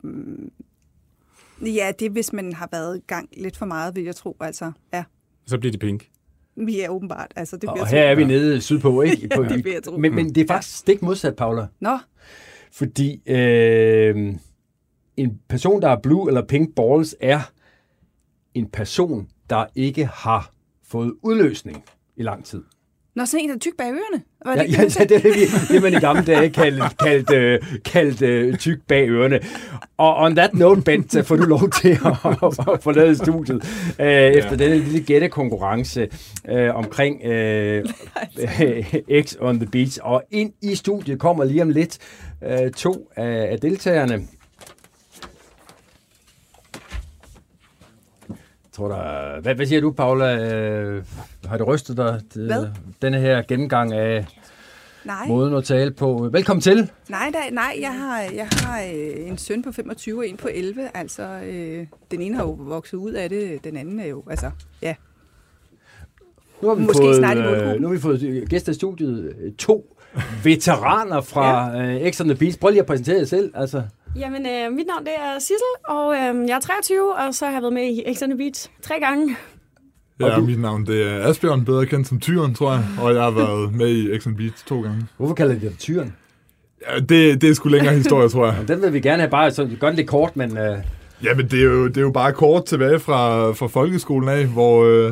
ja, det er, hvis man har været i gang lidt for meget, vil jeg tro. Altså, ja. Så bliver det pink. Vi er åbenbart. Altså, det Og bliver her er vi nede sydpå, ikke? Ja, det vil jeg tro. men, men det er faktisk stik modsat, Paula. Nå, Fordi øh, en person, der er blue eller pink balls, er en person, der ikke har fået udløsning i lang tid. Nå, sådan en, der er tyk bag ørerne. Var Ja, det ja, ikke det er det, vi- det man i gamle dage kaldte kaldt, øh, kaldt øh, tyk bag ørerne. Og on that note, Bent, så får du lov til at, at forlade studiet øh, efter denne lille gættekonkurrence øh, omkring øh, X on the Beach. Og ind i studiet kommer lige om lidt øh, to af, af deltagerne. Tror der, hvad, hvad siger du, Paula? Øh, har det rystet dig? Det, Hvad? Denne her gennemgang af Nej, måden at tale på. Velkommen til. nej, da, nej jeg har, jeg har øh, en søn på femogtyve og en på elleve. Altså, øh, den ene har jo vokset ud af det, den anden er jo, altså, ja. Nu har vi Måske fået, snart i øh, målgruppen. nu har vi fået gæster i studiet. øh, To veteraner fra ja. uh, X on the Beach. Prøv lige at præsentere jer selv. Altså. Jamen, øh, mit navn det er Sissel, og øh, jeg er treogtyve, og så har jeg været med i X on the Beach tre gange. Ja, mit navn det er Asbjørn, bedre kendt som Tyren, tror jeg, og jeg har været med i X on the Beach to gange. Hvorfor kalder de det tyren? Ja, det, det er sgu længere historie, tror jeg. Den vil vi gerne have bare så godt lidt kort, men... Uh... Ja, men det er, jo, det er jo bare kort tilbage fra, fra folkeskolen af, hvor øh,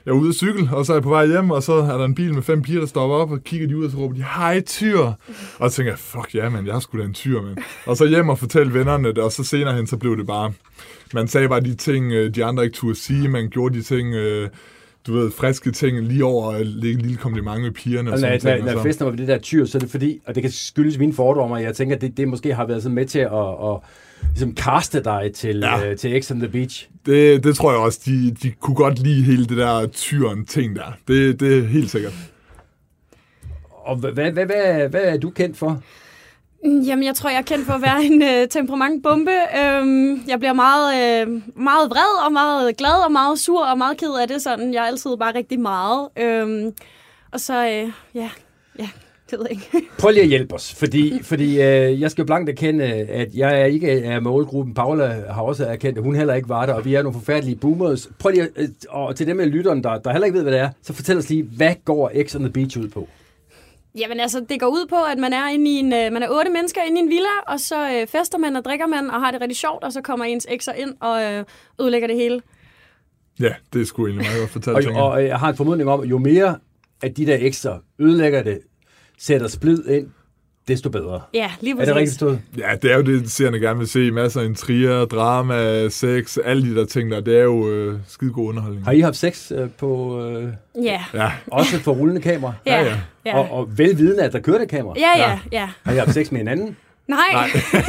jeg er ude at cykle, og så er jeg på vej hjem, og så er der en bil med fem piger, der stopper op, og kigger de ud, og så råber de, hej tyr. Og så tænker jeg, fuck ja, man, jeg er sgu da en tyr, man. Og så hjem og fortælle vennerne det, og så senere hen, så blev det bare, man sagde bare de ting, de andre ikke turde sige, man gjorde de ting, du ved, friske ting lige over, og lægge en lille kompliment med pigerne. Og og når, når festen var ved det der tyr, så er det fordi, og det kan skyldes mine fordomme, jeg tænker, at det, det måske har været sådan med til at, at ligesom kaste dig til, ja. øh, til X on the Beach. Det, det tror jeg også, de, de kunne godt lide hele det der tyren ting der. Det, det er helt sikkert. Og hvad, hvad, hvad, hvad, hvad er du kendt for? Jamen, jeg tror, jeg er kendt for at være en øh, temperamentbombe. Øhm, jeg bliver meget, øh, meget vred og meget glad og meget sur og meget ked af det. Sådan, jeg er altid bare rigtig meget. Øhm, og så, øh, ja, ja, det ved jeg ikke. Prøv lige at hjælpe os, fordi, fordi øh, jeg skal jo blankt erkende, at jeg er ikke er målgruppen. Paula har også erkendt, at hun heller ikke var der, og vi er nogle forfærdelige boomers. Prøv lige, øh, og til dem af lytteren, der, der heller ikke ved, hvad det er, så fortæl os lige, hvad går X on the Beach ud på? Jamen altså, det går ud på, at man er inde i en, øh, man er otte mennesker inde i en villa, og så øh, fester man og drikker man og har det rigtig sjovt, og så kommer ens ekser ind og øh, ødelægger det hele. Ja, det er sgu egentlig meget godt fortalt. og, og jeg har en formodning om, at jo mere at de der ekser ødelægger det, sætter splid ind, desto bedre. Ja, lige præcis. Er det rigtigt stået? Ja, det er jo det, seerne gerne vil se. Masser af intriger, drama, sex, alle de der ting der. Det er jo øh, skide god underholdning. Har I haft sex øh, på... Øh, ja. ja. Også for rullende kamera? Ja, ja. ja. Og, og velvidende, at der kørte et kamera? Ja, ja, ja. Har I haft sex med hinanden? Nej. Nej.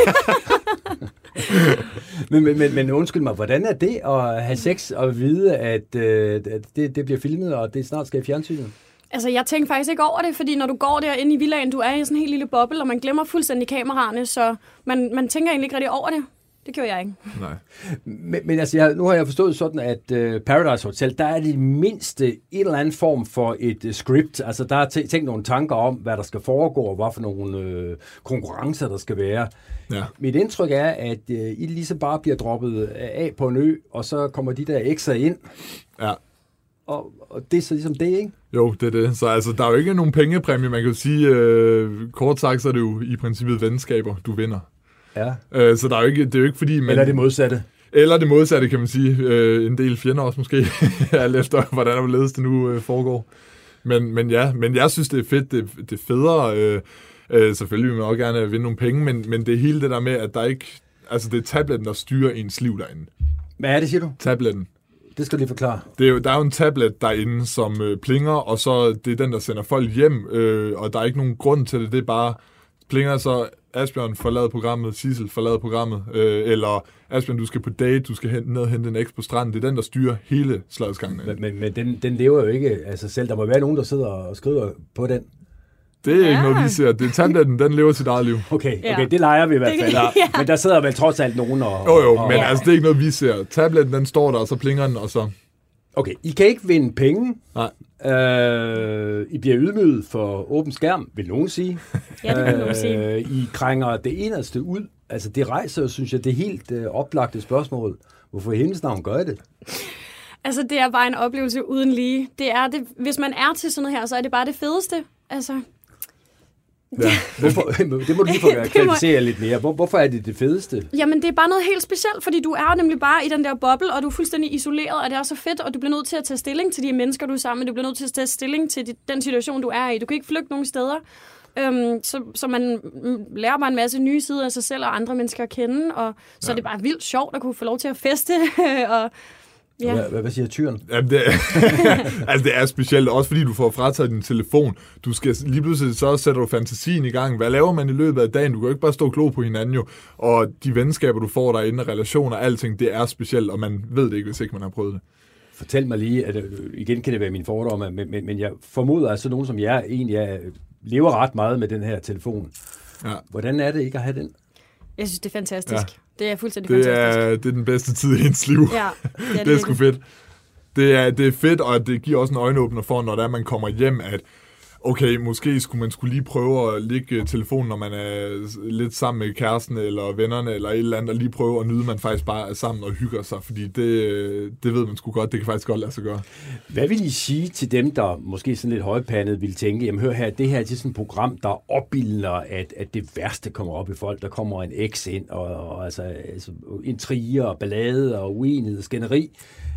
men, men, men, men undskyld mig, hvordan er det at have sex og vide, at øh, det, det bliver filmet, og det snart skal i fjernsynet? Altså, jeg tænker faktisk ikke over det, fordi når du går derinde i villaen, du er i sådan en helt lille boble, og man glemmer fuldstændig kameraerne, så man, man tænker egentlig ikke rigtig over det. Det gjorde jeg ikke. Nej. Men, men altså, jeg, nu har jeg forstået sådan, at uh, Paradise Hotel, der er det mindste en eller anden form for et uh, script. Altså, der er t- tænkt nogle tanker om, hvad der skal foregå, og hvad for nogle uh, konkurrencer, der skal være. Ja. Mit indtryk er, at uh, I ligesom bare bliver droppet af på en ø, og så kommer de der ekser ind. Ja. Og, og det er så ligesom det, ikke? Jo, det er det. Så altså, der er jo ikke nogen pengepræmie. Man kan jo sige, øh, kort sagt, så er det jo i princippet venskaber, du vinder. Ja. Øh, så der er jo ikke, det er jo ikke fordi, man... Eller det modsatte. Eller det modsatte, kan man sige. Øh, en del fjender også måske, alt efter, hvordan og ledes det nu øh, foregår. Men, men ja, men jeg synes, det er fedt. Det, det er federe. Øh, øh, selvfølgelig vil man også gerne vinde nogle penge, men, men det er hele det der med, at der ikke... Altså, det er tabletten, der styrer ens liv derinde. Hvad er det, siger du? Tabletten. Det skal du lige forklare. Det er jo, der er jo en tablet derinde, som øh, plinger, og så det er den, der sender folk hjem, øh, og der er ikke nogen grund til det. Det er bare, plinger så, Asbjørn forlader programmet, Sissel forlader programmet, øh, eller Asbjørn, du skal på date, du skal hen, ned og hente en eks på stranden. Det er den, der styrer hele slagsgangen. Men, men, men den, den lever jo ikke af sig selv. Der må være nogen, der sidder og skriver på den. Det er ja. ikke noget, vi ser. Det er tabletten, den lever sit eget liv. Okay, okay, ja. Det leger vi i hvert fald. Ja. Men der sidder vel trods alt nogen og... Jo, jo, og, men og, altså, det er ikke noget, vi ser. Tabletten, den står der, og så plinger den, og så... Okay, I kan ikke vinde penge. Nej. Øh, I bliver ydmyget for åben skærm, vil nogen sige. Ja, det vil nogen sige. Øh, I krænger det eneste ud. Altså, det rejser jo, synes jeg, det er helt øh, oplagte spørgsmål. Hvorfor i himlens navn gør I det? Altså, det er bare en oplevelse uden lige. Det er det, hvis man er til sådan noget her, så er det bare det fedeste. Altså... Ja. Hvorfor, det må du lige få kvalificere lidt mere. Hvor, hvorfor er det det fedeste? Jamen, det er bare noget helt specielt, fordi du er nemlig bare i den der boble, og du er fuldstændig isoleret, og det er så fedt, og du bliver nødt til at tage stilling til de mennesker, du er sammen med. Du bliver nødt til at tage stilling til de, den situation, du er i. Du kan ikke flygte nogen steder. Øhm, så, så man lærer bare en masse nye sider af sig selv og andre mennesker at kende, og så ja. er det bare vildt sjovt at kunne få lov til at feste, og... Ja. Hvad, hvad, hvad siger tyren? Jamen, det, er, altså, det er specielt, også fordi du får frataget din telefon. Du skal lige pludselig, så sætter du fantasien i gang. Hvad laver man i løbet af dagen? Du kan jo ikke bare stå og glo på hinanden jo. Og de venskaber, du får derinde, relationer, alting, det er specielt, og man ved det ikke, hvis ikke man har prøvet det. Fortæl mig lige, at igen kan det være mine fordomme, men, men, men jeg formoder, at så nogen som jeg egentlig er, lever ret meget med den her telefon. Ja. Hvordan er det ikke at have den? Jeg synes, det er fantastisk. Ja. Det er fuldstændig det fantastisk. Er, det er den bedste tid i ens liv. Ja, det er, det det er sgu fedt. Det er, det er fedt, og det giver også en øjenåbner for, når der man kommer hjem, at okay, måske skulle man skulle lige prøve at lægge telefonen, når man er lidt sammen med kæresten eller vennerne eller et eller andet, og lige prøve at nyde, man faktisk bare er sammen og hygger sig, fordi det, det ved man sgu godt, det kan faktisk godt lade sig gøre. Hvad vil I sige til dem, der måske sådan lidt højpandet vil tænke, jamen hør her, det her er sådan et program, der opbilder, at, at det værste kommer op i folk, der kommer en eks ind, og, og altså, altså intriger og ballade og uenighed og skænderi.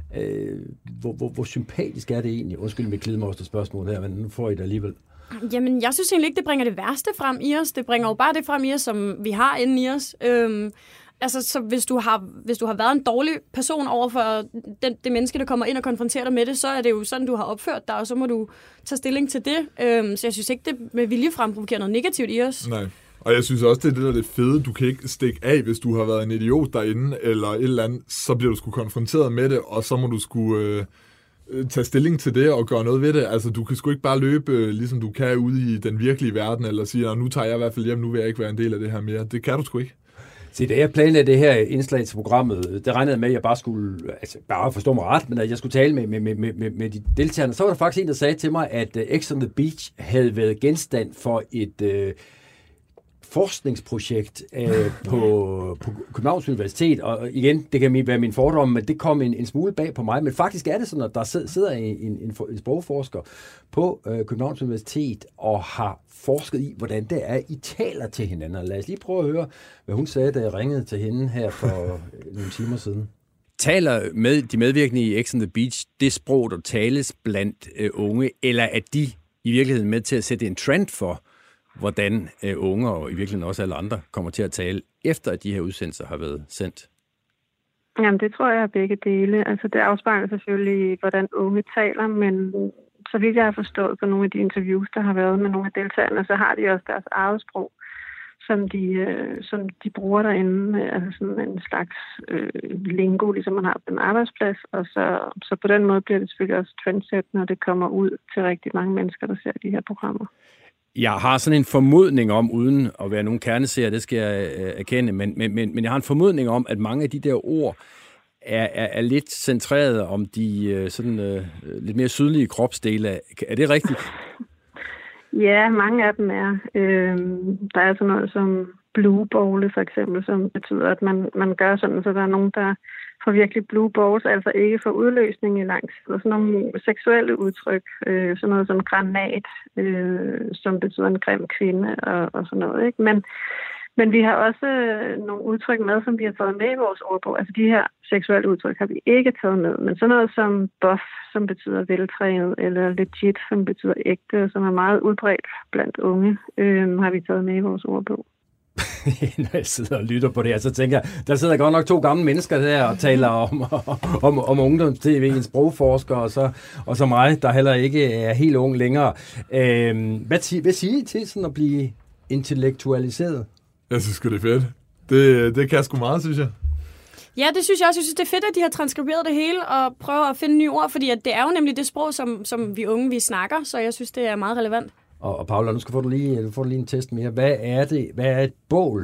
Øh, hvor, hvor, hvor sympatisk er det egentlig? Undskyld mit klidmoster spørgsmål her, men nu får I det alligevel. Jamen, jeg synes egentlig ikke, det bringer det værste frem i os. Det bringer jo bare det frem i os, som vi har inde i os. Øhm, altså, så hvis du, har, hvis du har været en dårlig person over for den, det menneske, der kommer ind og konfronterer dig med det, så er det jo sådan, du har opført dig, og så må du tage stilling til det. Øhm, så jeg synes ikke, det med vilje frem provokerer noget negativt i os. Nej. Og jeg synes også, det er det, der er det fede. Du kan ikke stikke af, hvis du har været en idiot derinde, eller et eller andet, så bliver du sgu konfronteret med det, og så må du sgu øh, tage stilling til det og gøre noget ved det. Altså, du kan sgu ikke bare løbe, øh, ligesom du kan ude i den virkelige verden, eller sige, nu tager jeg i hvert fald hjem, nu vil jeg ikke være en del af det her mere. Det kan du sgu ikke. Se, da jeg planlagde det her indslag til programmet, det regnede med, at jeg bare skulle, altså bare forstå mig ret, men at jeg skulle tale med, med, med, med, med de deltagerne. Så var der faktisk en, der sagde til mig, at uh, X on the Beach havde været genstand for et uh, forskningsprojekt uh, på, på Københavns Universitet. Og igen, det kan være min fordom, men det kom en, en smule bag på mig. Men faktisk er det sådan, at der sidder en, en, en sprogforsker på uh, Københavns Universitet og har forsket i, hvordan det er, I taler til hinanden. Lad os lige prøve at høre, hvad hun sagde, da jeg ringede til hende her for nogle timer siden. Taler med de medvirkende i X on the Beach det sprog, der tales blandt øh, unge, eller er de i virkeligheden med til at sætte en trend for, hvordan øh, unge og i virkeligheden også alle andre kommer til at tale, efter at de her udsendelser har været sendt? Jamen, det tror jeg er begge dele. Altså, det afspejler selvfølgelig, hvordan unge taler, men så vidt jeg har forstået på nogle af de interviews, der har været med nogle af deltagerne, så har de også deres eget sprog, som de, øh, som de bruger derinde. Altså sådan en slags øh, lingo, ligesom man har på en arbejdsplads. Og så, så på den måde bliver det selvfølgelig også trendset, når det kommer ud til rigtig mange mennesker, der ser de her programmer. Jeg har sådan en formodning om, uden at være nogen kerneseer, det skal jeg øh, erkende, men, men, men, men jeg har en formodning om, at mange af de der ord er, er, er lidt centreret om de øh, sådan, øh, lidt mere sydlige kropsdele. Er det rigtigt? Ja, mange af dem er. Øh, der er sådan noget som blue ball, for eksempel, som betyder, at man, man gør sådan, så der er nogen, der får virkelig blue balls, altså ikke får udløsning i lang tid. Og sådan nogle seksuelle udtryk, øh, sådan noget som granat, øh, som betyder en grim kvinde og, og sådan noget, ikke? Men Men vi har også nogle udtryk med, som vi har taget med i vores ordbog. Altså de her seksuelle udtryk har vi ikke taget med. Men sådan noget som buff, som betyder veltrænet, eller legit, som betyder ægte, som er meget udbredt blandt unge, øh, har vi taget med i vores ordbog. Når jeg sidder og lytter på det her, så tænker jeg, der sidder godt nok to gamle mennesker der og taler om, om, om ungdoms-tv, en sprogforsker, og så, og så mig, der heller ikke er helt ung længere. Øh, hvad, hvad siger I til sådan at blive intellektualiseret? Jeg synes det er fedt. Det, det kan jeg sgu meget, synes jeg. Ja, det synes jeg også. Jeg synes, det er fedt, at de har transkriberet det hele og prøver at finde nye ord, fordi at det er jo nemlig det sprog, som, som vi unge vi snakker, så jeg synes, det er meget relevant. Og, og Paula, nu skal få du lige, du får lige en test mere. Hvad er det? Hvad er et bål?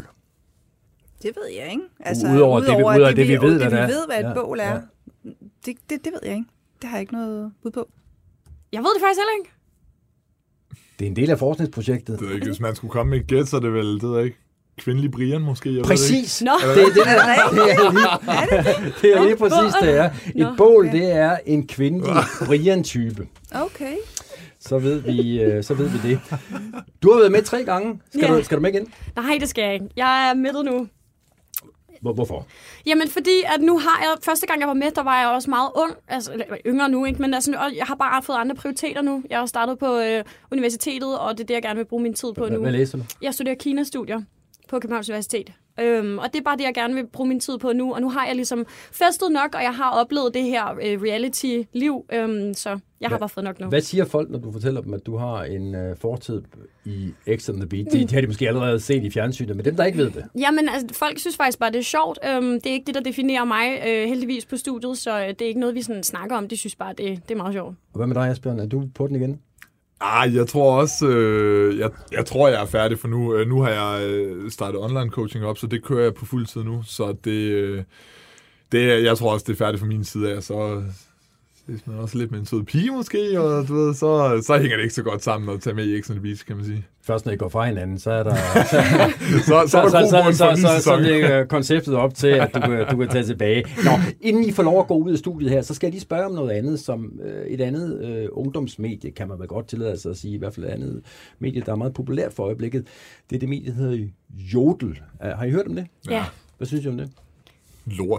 Det ved jeg ikke. Altså, udover, udover det, vi, ud af det, det, vi ved, det, hvad vi ved, hvad et ja, bål er. Ja. Det, det, det ved jeg ikke. Det har jeg ikke noget bud på. Jeg ved det faktisk heller ikke. Det er en del af forskningsprojektet. Det er ikke, hvis man skulle komme med et gæt, så er det vel, det er ikke kvindelig Brian måske. Jeg præcis. Ved det, det, er det, der, det, er lige, det er lige præcis det er. Et bål, det er en kvindelig Brian-type. Okay. Så ved vi, så ved vi det. Du har været med tre gange. Skal, ja. du, skal du med igen? Nej, det skal jeg ikke. Jeg er med nu. Hvor, hvorfor? Jamen, fordi at nu har jeg... Første gang, jeg var med, der var jeg også meget ung. Altså, yngre nu, ikke? Men altså, jeg har bare fået andre prioriteter nu. Jeg har startet på øh, universitetet, og det er det, jeg gerne vil bruge min tid på hvad, nu. Hvad læser du? Jeg studerer Kina-studier på Københavns Universitet. Øhm, og det er bare det, jeg gerne vil bruge min tid på nu. Og nu har jeg ligesom festet nok, og jeg har oplevet det her øh, reality-liv. Øhm, så jeg Hva, har bare fået nok nu. Hvad siger folk, når du fortæller dem, at du har en øh, fortid i X on the Beach? De, de har de måske allerede set i fjernsynet, men dem, der ikke ved det. Jamen, altså, folk synes faktisk bare, det er sjovt. Øhm, det er ikke det, der definerer mig øh, heldigvis på studiet, så øh, det er ikke noget, vi sådan snakker om. De synes bare, det, det er meget sjovt. Og hvad med dig, Asbjørn? Er du på den igen? Ah, jeg tror også, øh, jeg, jeg tror, jeg er færdig for nu. Nu har jeg øh, startet online coaching op, så det kører jeg på fuld tid nu. Så det, øh, det, jeg tror også, det er færdigt fra min side af. Så hvis man også lidt med en sød pige måske, og du ved, så, så hænger det ikke så godt sammen at tage med i X on the Beach, kan man sige. Først når I går fra hinanden, så er der så, så, så, så, så, så, så, så, så ligger konceptet op til, at du kan, du kan tage tilbage. Nå, inden I får lov at gå ud af studiet her, så skal jeg lige spørge om noget andet, som øh, et andet øh, ungdomsmedie, kan man vel godt tillade sig at sige, i hvert fald et andet medie, der er meget populært for øjeblikket. Det er det medie, der hedder Jodel. Har I hørt om det? Ja. Hvad synes I om det? Lort.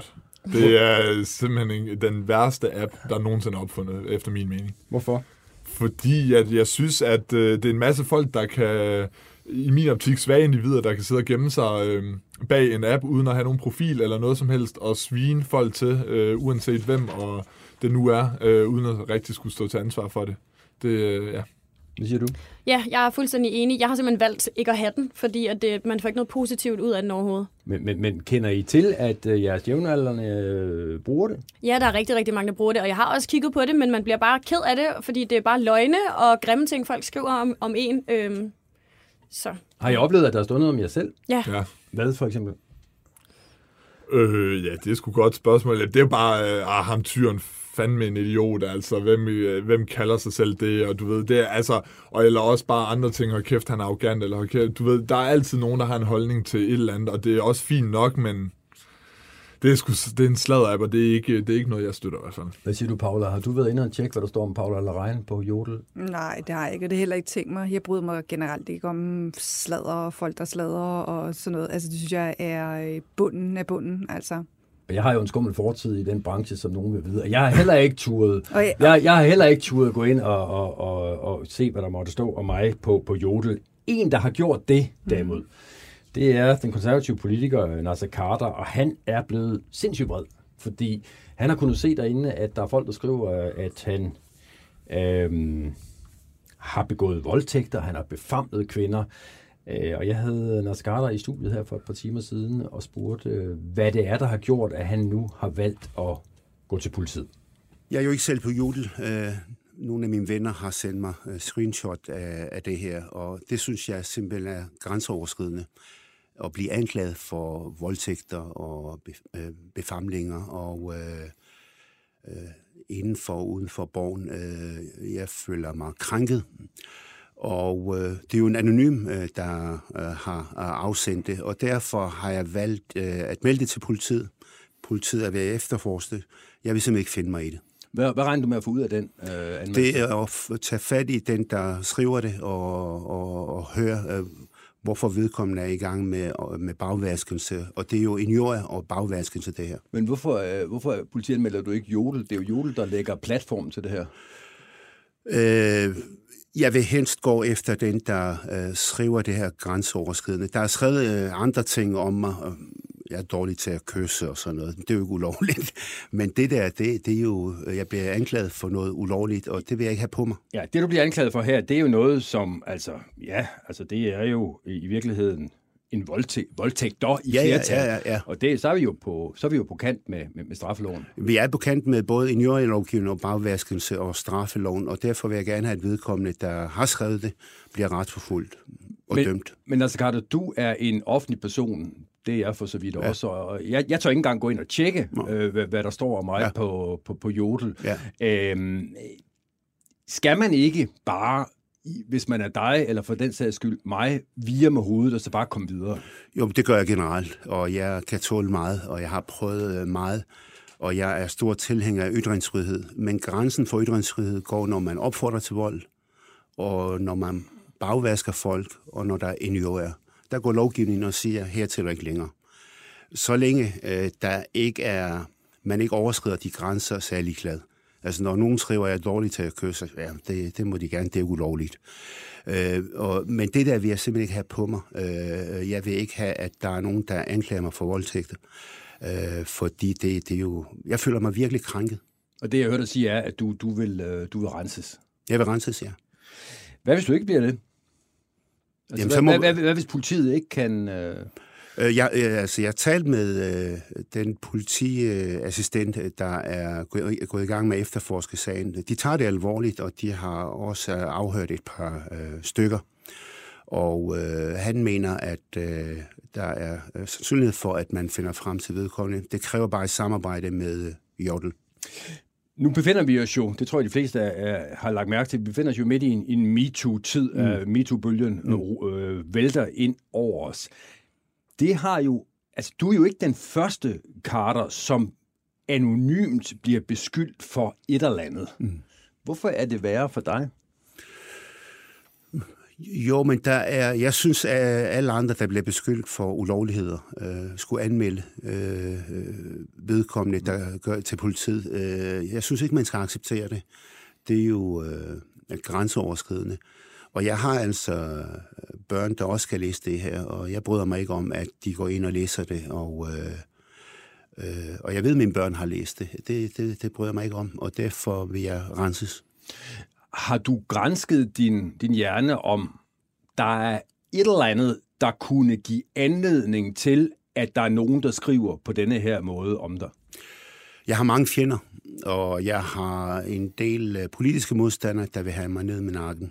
Det er simpelthen den værste app, der nogensinde er opfundet, efter min mening. Hvorfor? Fordi at jeg synes, at øh, det er en masse folk, der kan, i min optik, svage individer, der kan sidde og gemme sig øh, bag en app, uden at have nogen profil eller noget som helst, og svine folk til, øh, uanset hvem og det nu er, øh, uden at rigtig skulle stå til ansvar for det. Det, øh, ja. Hvad siger du? Ja, jeg er fuldstændig enig. Jeg har simpelthen valgt ikke at have den, fordi at det, man får ikke noget positivt ud af den overhovedet. Men, men, men kender I til, at øh, jeres jævnaldrende øh, bruger det? Ja, der er rigtig, rigtig mange, der bruger det, og jeg har også kigget på det, men man bliver bare ked af det, fordi det er bare løgne og grimme ting, folk skriver om, om en. Øhm, så. Har I oplevet, at der er stået noget om jer selv? Ja. ja. Hvad for eksempel? Øh, ja, det er sgu godt spørgsmål. Det er jo bare, øh, ah, ham tyren fandme en idiot, altså, hvem, øh, hvem kalder sig selv det, og du ved, det er, altså, og eller også bare andre ting, hold kæft, han er arrogant, eller hold kæft, du ved, der er altid nogen, der har en holdning til et eller andet, og det er også fint nok, men det er, sgu, det er en sladder-app, og det er, ikke, det er ikke noget, jeg støtter i hvert fald. Hvad siger du, Paula? Har du været inde og tjekke, hvad der står om Paula Larraín på Jodel? Nej, det har jeg ikke, og det er heller ikke tænkt mig. Jeg bryder mig generelt ikke om sladder og folk, der sladder og sådan noget. Altså, det synes jeg er bunden af bunden, altså. Jeg har jo en skummel fortid i den branche, som nogen vil vide. Jeg har heller ikke turet, jeg, jeg har heller ikke turet at gå ind og, og, og, og se, hvad der måtte stå om mig på, på Jodel. En, der har gjort det, derimod, mm. det er den konservative politiker Naser Khader, og han er blevet sindssygt vred, fordi han har kunnet se derinde, at der er folk, der skriver, at han øhm, har begået voldtægter, han har befamlet kvinder. Og jeg havde Naser Khader i studiet her for et par timer siden og spurgte, hvad det er, der har gjort, at han nu har valgt at gå til politiet. Jeg er jo ikke selv på Jodel. Nogle af mine venner har sendt mig screenshot af det her, og det synes jeg simpelthen er grænseoverskridende. At blive anklaget for voldtægter og befamlinger og øh, inden for og uden for borgen. Jeg føler mig krænket. Og øh, det er jo en anonym, øh, der øh, har øh, afsendt det, og derfor har jeg valgt øh, at melde det til politiet. Politiet er ved at efterforske. Jeg vil simpelthen ikke finde mig i det. Hvad, hvad regner du med at få ud af den øh, anmeldelse? Det er at tage fat i den, der skriver det, og, og, og høre, øh, hvorfor vedkommende er i gang med, med bagvaskelse. Og det er jo injurier og bagvaskelse, det her. Men hvorfor, øh, hvorfor politianmelder du ikke Jodel? Det er jo Jodel, der lægger platform til det her. Øh... Jeg vil helst gå efter den, der øh, skriver det her grænseoverskridende. Der er skrevet øh, andre ting om mig. Jeg er dårlig til at kysse og sådan noget. Det er jo ikke ulovligt. Men det der, det, det er jo... Jeg bliver anklaget for noget ulovligt, og det vil jeg ikke have på mig. Ja, det du bliver anklaget for her, det er jo noget som... Altså, ja, altså det er jo i virkeligheden en voldtægt, voldtægter i ja, flertal. Ja, ja, ja. Og det, så, er vi jo på, så er vi jo på kant med, med, med straffeloven. Vi er på kant med både injurielovgivning og bagvaskelse og straffeloven, og derfor vil jeg gerne have et vedkommende, der har skrevet det, bliver retsforfulgt og men, dømt. Men altså, Khader, du er en offentlig person. Det er jeg for så vidt ja. også. Og jeg, jeg tør ikke engang gå ind og tjekke, øh, hvad, hvad der står om mig ja. på, på, på Jodel. Ja. Øhm, skal man ikke bare... hvis man er dig, eller for den sags skyld mig, via med hovedet, og så bare komme videre? Jo, det gør jeg generelt, og jeg kan tåle meget, og jeg har prøvet meget, og jeg er stor tilhænger af ytringsfrihed. Men grænsen for ytringsfrihed går, når man opfordrer til vold, og når man bagvasker folk, og når der er injurier. Der går lovgivningen og siger, hertil og ikke længere. Så længe øh, der ikke er, man ikke overskrider de grænser, så er jeg ligeglad. Altså, når nogen skriver, at jeg er dårlig til at kysse, ja, det, det må de gerne, det er ulovligt. Øh, og, men det der vil jeg simpelthen ikke have på mig. Øh, jeg vil ikke have, at der er nogen, der anklager mig for voldtægter. Øh, fordi det, det er jo... Jeg føler mig virkelig krænket. Og det, jeg hørte dig sige, er, at du, du, vil, du vil renses. Jeg vil renses, ja. Hvad hvis du ikke bliver det? Altså, Jamen, hvad, må... hvad, hvad, hvad hvis politiet ikke kan... Øh... Jeg, altså, jeg har talt med øh, den politiassistent, der er gået i gang med at efterforske sagen. De tager det alvorligt, og de har også afhørt et par øh, stykker. Og øh, han mener, at øh, der er sandsynlighed for, at man finder frem til vedkommende. Det kræver bare et samarbejde med øh, Jodel. Nu befinder vi os jo, det tror jeg de fleste er, har lagt mærke til, vi befinder os jo midt i en, en MeToo-tid. Mm. Uh, MeToo-bølgen mm. øh, vælter ind over os. Det har jo, altså du er jo ikke den første, Khader, som anonymt bliver beskyldt for et eller andet. Mm. Hvorfor er det værre for dig? Jo, men der er, jeg synes, at alle andre, der bliver beskyldt for ulovligheder, øh, skulle anmelde øh, vedkommende, der gør til politiet. Øh, jeg synes ikke, man skal acceptere det. Det er jo øh, grænseoverskridende. Og jeg har altså børn, der også skal læse det her, og jeg bryder mig ikke om, at de går ind og læser det, og, øh, øh, og jeg ved, at mine børn har læst det. Det, det. det bryder jeg mig ikke om, og derfor vil jeg renses. Har du gransket din, din hjerne om, der er et eller andet, der kunne give anledning til, at der er nogen, der skriver på denne her måde om dig? Jeg har mange fjender, og jeg har en del politiske modstandere, der vil have mig ned med nakken.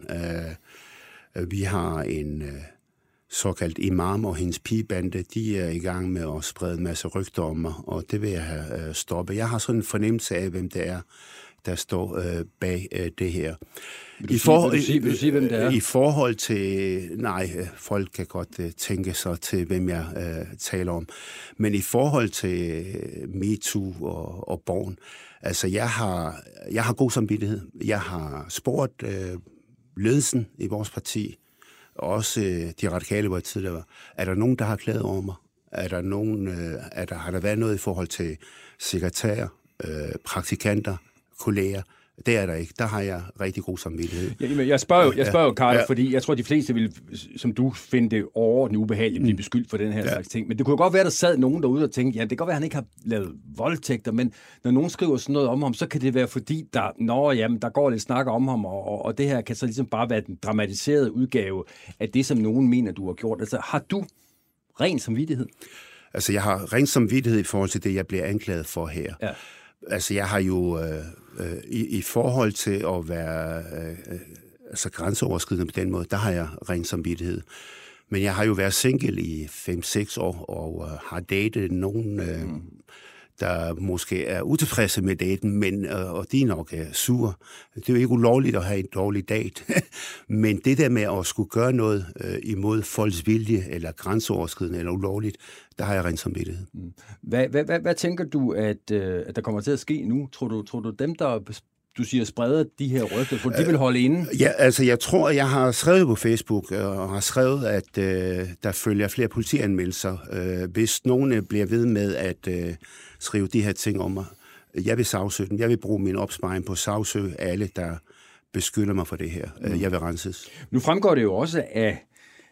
Uh, vi har en uh, såkaldt imam og hendes pigebande. De er i gang med at sprede en masse rygter om mig, og det vil jeg have uh, stoppet. Jeg har sådan en fornemmelse af, hvem det er, der står uh, bag uh, det her. Vil du, I for, sige, vil, du sige, vil du sige, hvem det er? I forhold til... Nej, folk kan godt uh, tænke sig til, hvem jeg uh, taler om. Men i forhold til uh, MeToo og, og Born, altså jeg har, jeg har god samvittighed. Jeg har spurgt uh, ledelsen i vores parti, og også uh, de radikale, hvor jeg tidligere var. Er der nogen, der har klaget over mig? Er der nogen, uh, er der, har der været noget i forhold til sekretærer, uh, praktikanter, kolleger? Det er der ikke. Der har jeg rigtig god samvittighed. Ja, jeg spørger jo, jeg spørger jo Carter, ja. fordi jeg tror, de fleste vil, som du, finde det overordentligt ubehageligt at blive beskyldt for den her ja. slags ting. Men det kunne godt være, der sad nogen derude og tænkte, ja, det kan godt være, at han ikke har lavet voldtægter, men når nogen skriver sådan noget om ham, så kan det være, fordi der, nå, jamen, der går lidt snakker om ham, og, og, og det her kan så ligesom bare være den dramatiserede udgave af det, som nogen mener, du har gjort. Altså, har du ren samvittighed? Altså, jeg har ren samvittighed i forhold til det, jeg bliver anklaget for her. Ja. Altså, jeg har jo øh, øh, i, i forhold til at være øh, altså grænseoverskridende på den måde, der har jeg ren samvittighed. Men jeg har jo været single i fem seks år, og øh, har datet nogen, øh, mm. der måske er utilfredse med daten, men, øh, og de er nok øh, sure. Det er jo ikke ulovligt at have en dårlig date. Men det der med at skulle gøre noget øh, imod folks vilje, eller grænseoverskridende, eller ulovligt, der har jeg ren samvittighed. Mm. Hvad, hvad, hvad, hvad tænker du, at, øh, at der kommer til at ske nu? Tror du, tror du dem, der du siger spreder de her rygter, tror du, de vil holde inde? Ja, altså jeg tror, jeg har skrevet på Facebook, og har skrevet, at øh, der følger flere politianmeldelser. Øh, hvis nogen bliver ved med at øh, skrive de her ting om mig, jeg vil sagsøge dem. Jeg vil bruge min opsparing på at sagsøge alle, der beskylder mig for det her. Mm. Jeg vil renses. Nu fremgår det jo også af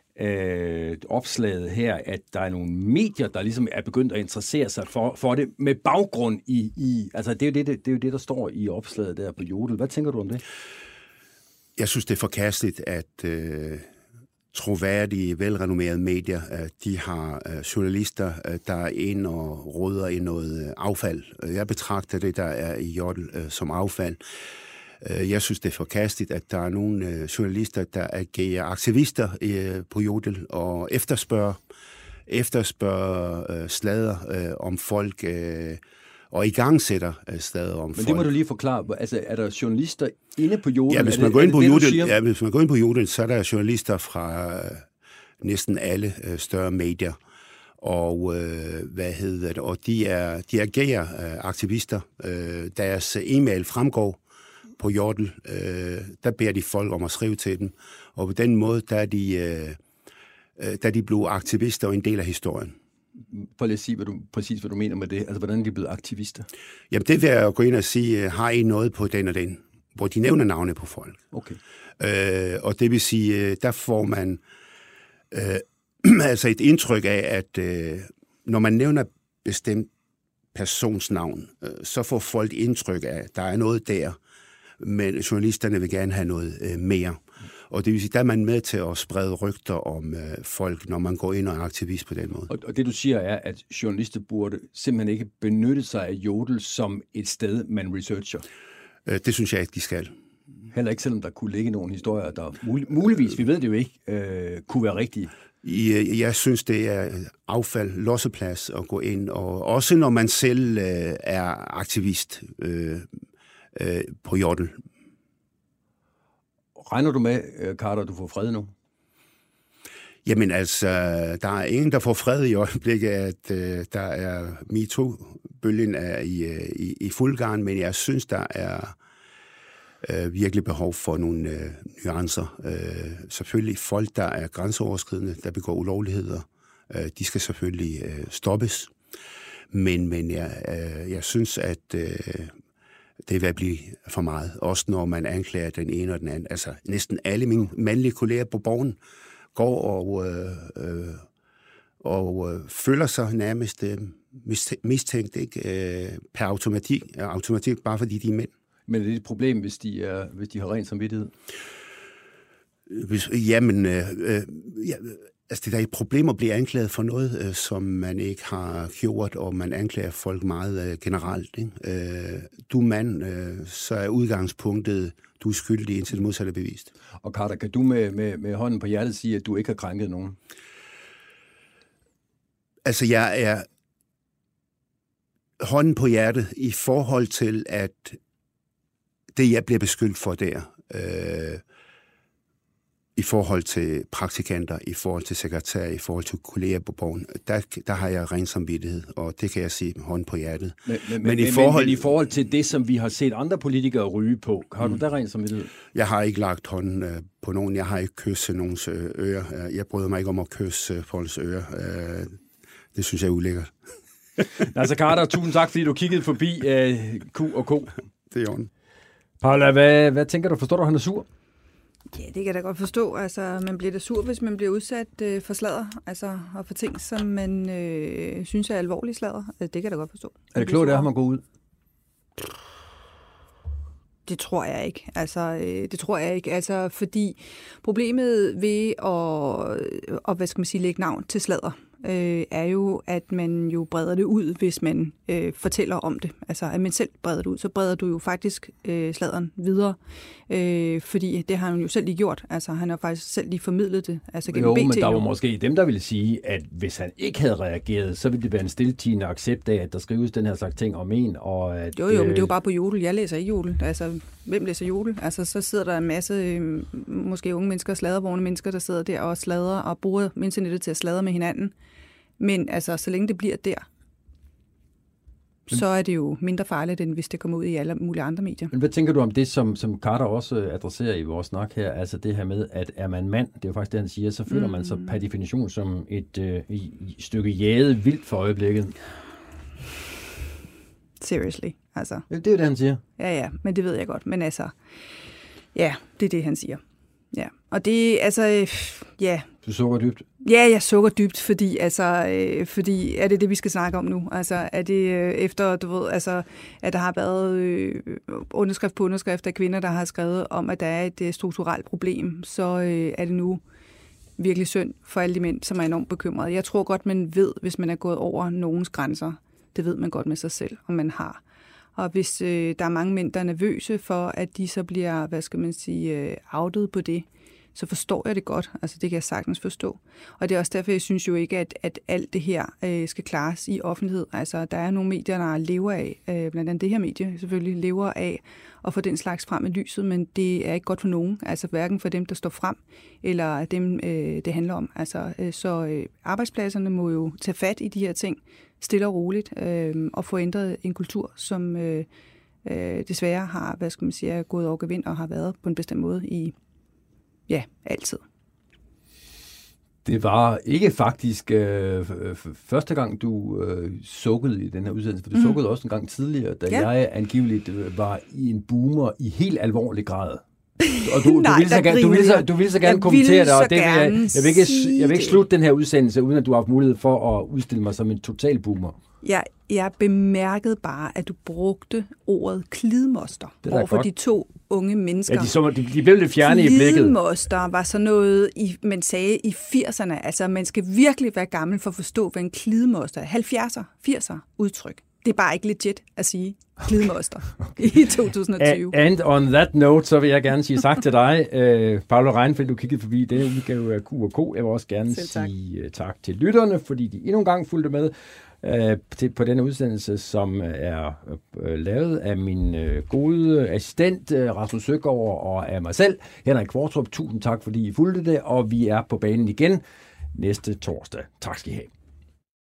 øh, opslaget her, at der er nogle medier, der ligesom er begyndt at interessere sig for, for det med baggrund i, i altså det er, jo det, det, det er jo det, der står i opslaget der på Jodel. Hvad tænker du om det? Jeg synes, det er forkasteligt, at øh, troværdige, velrenommerede medier, øh, de har øh, journalister, øh, der er inde og råder i noget øh, affald. Jeg betragter det, der er i Jodel, øh, som affald. Jeg synes, det er forkasteligt, at der er nogle øh, journalister, der agerer aktivister øh, på Jodel og efterspørger, efterspørger øh, slader øh, om folk øh, og igangsætter øh, slader om Men folk. Men det må du lige forklare. Altså, er der journalister inde på Jodel? Ja, hvis man, det, går, ind på det, Jodel, ja, hvis man går ind på Jodel, så er der journalister fra øh, næsten alle øh, større medier. Og øh, hvad hedder det? Og de, er, de agerer øh, aktivister. Øh, deres e-mail fremgår på Jodel, øh, der beder de folk om at skrive til dem, og på den måde, der er de, øh, der er de blevet aktivister og en del af historien. Prøv lige at sige, hvad du, præcis hvad du mener med det. Altså, hvordan er de blevet aktivister? Jamen, det vil jeg gå ind og sige, har I noget på den og den, hvor de nævner navne på folk. Okay. Øh, og det vil sige, der får man øh, altså et indtryk af, at øh, når man nævner bestemt persons navn, øh, så får folk indtryk af, at der er noget der, men journalisterne vil gerne have noget øh, mere. Og det vil sige, der er man med til at sprede rygter om øh, folk, når man går ind og er aktivist på den måde. Og, og det du siger er, at journalister burde simpelthen ikke benytte sig af Jodel som et sted, man researcher? Øh, det synes jeg ikke, de skal. Heller ikke, selvom der kunne ligge nogle historier, der mul- muligvis, vi ved det jo ikke, øh, kunne være rigtige. I, jeg synes, det er affald, losseplads at gå ind, og også når man selv øh, er aktivist øh, øh, på Jodel. Regner du med, Carter, at du får fred nu? Jamen altså, der er ingen, der får fred i øjeblikket, at øh, der er MeToo-bølgen er i, i, i fuld gang, men jeg synes, der er øh, virkelig behov for nogle øh, nuancer. Øh, selvfølgelig folk, der er grænseoverskridende, der begår ulovligheder, øh, de skal selvfølgelig øh, stoppes. Men, men jeg, øh, jeg synes, at øh, det vil blive for meget. Også når man anklager den ene og den anden. Altså næsten alle mine mandlige kolleger på Borgen går og, øh, øh, og øh, føler sig nærmest øh, mistænkt ikke? Øh, per automatik, automatik, bare fordi de er mænd. Men er det et problem, hvis de, er, hvis de har ren samvittighed? Hvis, jamen, øh, øh, ja, altså det er et problem at blive anklaget for noget, øh, som man ikke har gjort, og man anklager folk meget øh, generelt. Ikke? Øh, du er mand, øh, så er udgangspunktet, du er skyldig indtil det modsatte bevist. Og Carter, kan du med, med, med hånden på hjertet sige, at du ikke har krænket nogen? Altså, jeg er hånden på hjertet i forhold til, at det, jeg bliver beskyldt for der, øh, i forhold til praktikanter, i forhold til sekretærer, i forhold til kolleger på Borgen, der, der har jeg ren samvittighed, og det kan jeg sige med hånden på hjertet. Men, men, men, i forhold... men i forhold til det, som vi har set andre politikere ryge på, har du mm. der ren samvittighed? Jeg har ikke lagt hånden øh, på nogen. Jeg har ikke kysset nogens øh, ører. Jeg bryder mig ikke om at kysse øh, folks ører. Øh, det synes jeg er ulækkert. Altså Carter, tusind tak, fordi du kiggede forbi øh, Q og K. Det er ordentligt. Paula, hvad, hvad tænker du? Forstår du, han er sur? Ja, det kan jeg da godt forstå. Altså, man bliver da sur, hvis man bliver udsat øh, for sladder, altså, og for ting, som man øh, synes er alvorlige sladder. Altså, det kan jeg da godt forstå. Er det klogt, at man går ud? Det tror jeg ikke. Altså, øh, det tror jeg ikke. Altså, fordi problemet ved at, og, hvad skal man sige, lægge navn til sladder, øh, er jo, at man jo breder det ud, hvis man øh, fortæller om det. Altså, at man selv breder det ud, så breder du jo faktisk øh, sladderen videre. Øh, fordi det har han jo selv lige gjort. Altså, han har faktisk selv lige formidlet det. Altså, gennem jo, B T. Men der var måske dem, der ville sige, at hvis han ikke havde reageret, så ville det være en stiltiende accept af, at der skrives den her slags ting om en. Og at, jo, jo, men det er jo bare på Jodel. Jeg læser ikke Jodel. Altså, hvem læser Jodel? Altså, så sidder der en masse, øh, måske unge mennesker, sladdervorne mennesker, der sidder der og sladrer og bruger internettet til at sladre med hinanden. Men altså, så længe det bliver der, så er det jo mindre farligt, end hvis det kommer ud i alle mulige andre medier. Men hvad tænker du om det, som, som Carter også adresserer i vores snak her? Altså det her med, at er man mand, det er jo faktisk det, han siger, så føler mm. man sig per definition som et øh, stykke jaget vildt for øjeblikket. Seriously, altså. Det er jo det, han siger. Ja, ja, men det ved jeg godt. Men altså, ja, det er det, han siger. Ja, og det, altså, ja. Du sukker dybt? Ja, jeg sukker dybt, fordi, altså, øh, fordi er det det, vi skal snakke om nu? Altså, er det øh, efter, du ved, altså, at der har været øh, underskrift på underskrift af kvinder, der har skrevet om, at der er et øh, strukturelt problem, så øh, er det nu virkelig synd for alle de mænd, som er enormt bekymrede. Jeg tror godt, man ved, hvis man er gået over nogens grænser. Det ved man godt med sig selv, om man har. Og hvis øh, der er mange mænd, der er nervøse for, at de så bliver, hvad skal man sige, øh, outet på det, så forstår jeg det godt. Altså, det kan jeg sagtens forstå. Og det er også derfor, jeg synes jo ikke, at, at alt det her øh, skal klares i offentlighed. Altså, der er nogle medier, der lever af, øh, blandt andet det her medie selvfølgelig, lever af at få den slags frem i lyset, men det er ikke godt for nogen. Altså, hverken for dem, der står frem, eller dem, øh, det handler om. Altså, øh, så øh, arbejdspladserne må jo tage fat i de her ting, stille og roligt, øh, og få ændret en kultur, som øh, øh, desværre har, hvad skal man sige, gået over gevind og har været på en bestemt måde i ja, altid. Det var ikke faktisk øh, første gang, du øh, sukkede i den her udsendelse, for du mm. sukkede også en gang tidligere, da ja. jeg angiveligt øh, var i en boomer i helt alvorlig grad. Og du, Nej, du, ville så gerne, du, ville så, du ville så gerne jeg kommentere det, og det vil jeg, jeg, jeg, vil ikke, jeg vil ikke slutte den her udsendelse, uden at du har haft mulighed for at udstille mig som en total boomer. Jeg, jeg bemærkede bare, at du brugte ordet klidmoster over for de to unge mennesker. Ja, de, så, de, de blev lidt fjerne i blikket. Klidmoster var så noget, i, man sagde i firserne. Altså, man skal virkelig være gammel for at forstå, hvad en klidmoster er. halvfjerdser, firser udtryk. Det er bare ikke legit at sige klidmoster okay. i to tusind og tyve. And on that note, så vil jeg gerne sige tak til dig, uh, Paula Reinfeldt, du kiggede forbi denne udgave af Q og K. Jeg vil også gerne tak. sige uh, tak til lytterne, fordi de endnu en gang fulgte med uh, til, på denne udsendelse, som er uh, lavet af min uh, gode assistent, uh, Rasmus Søgaard, og af mig selv, Henrik Kvartrup. Tusind tak, fordi I fulgte det, og vi er på banen igen næste torsdag. Tak skal I have.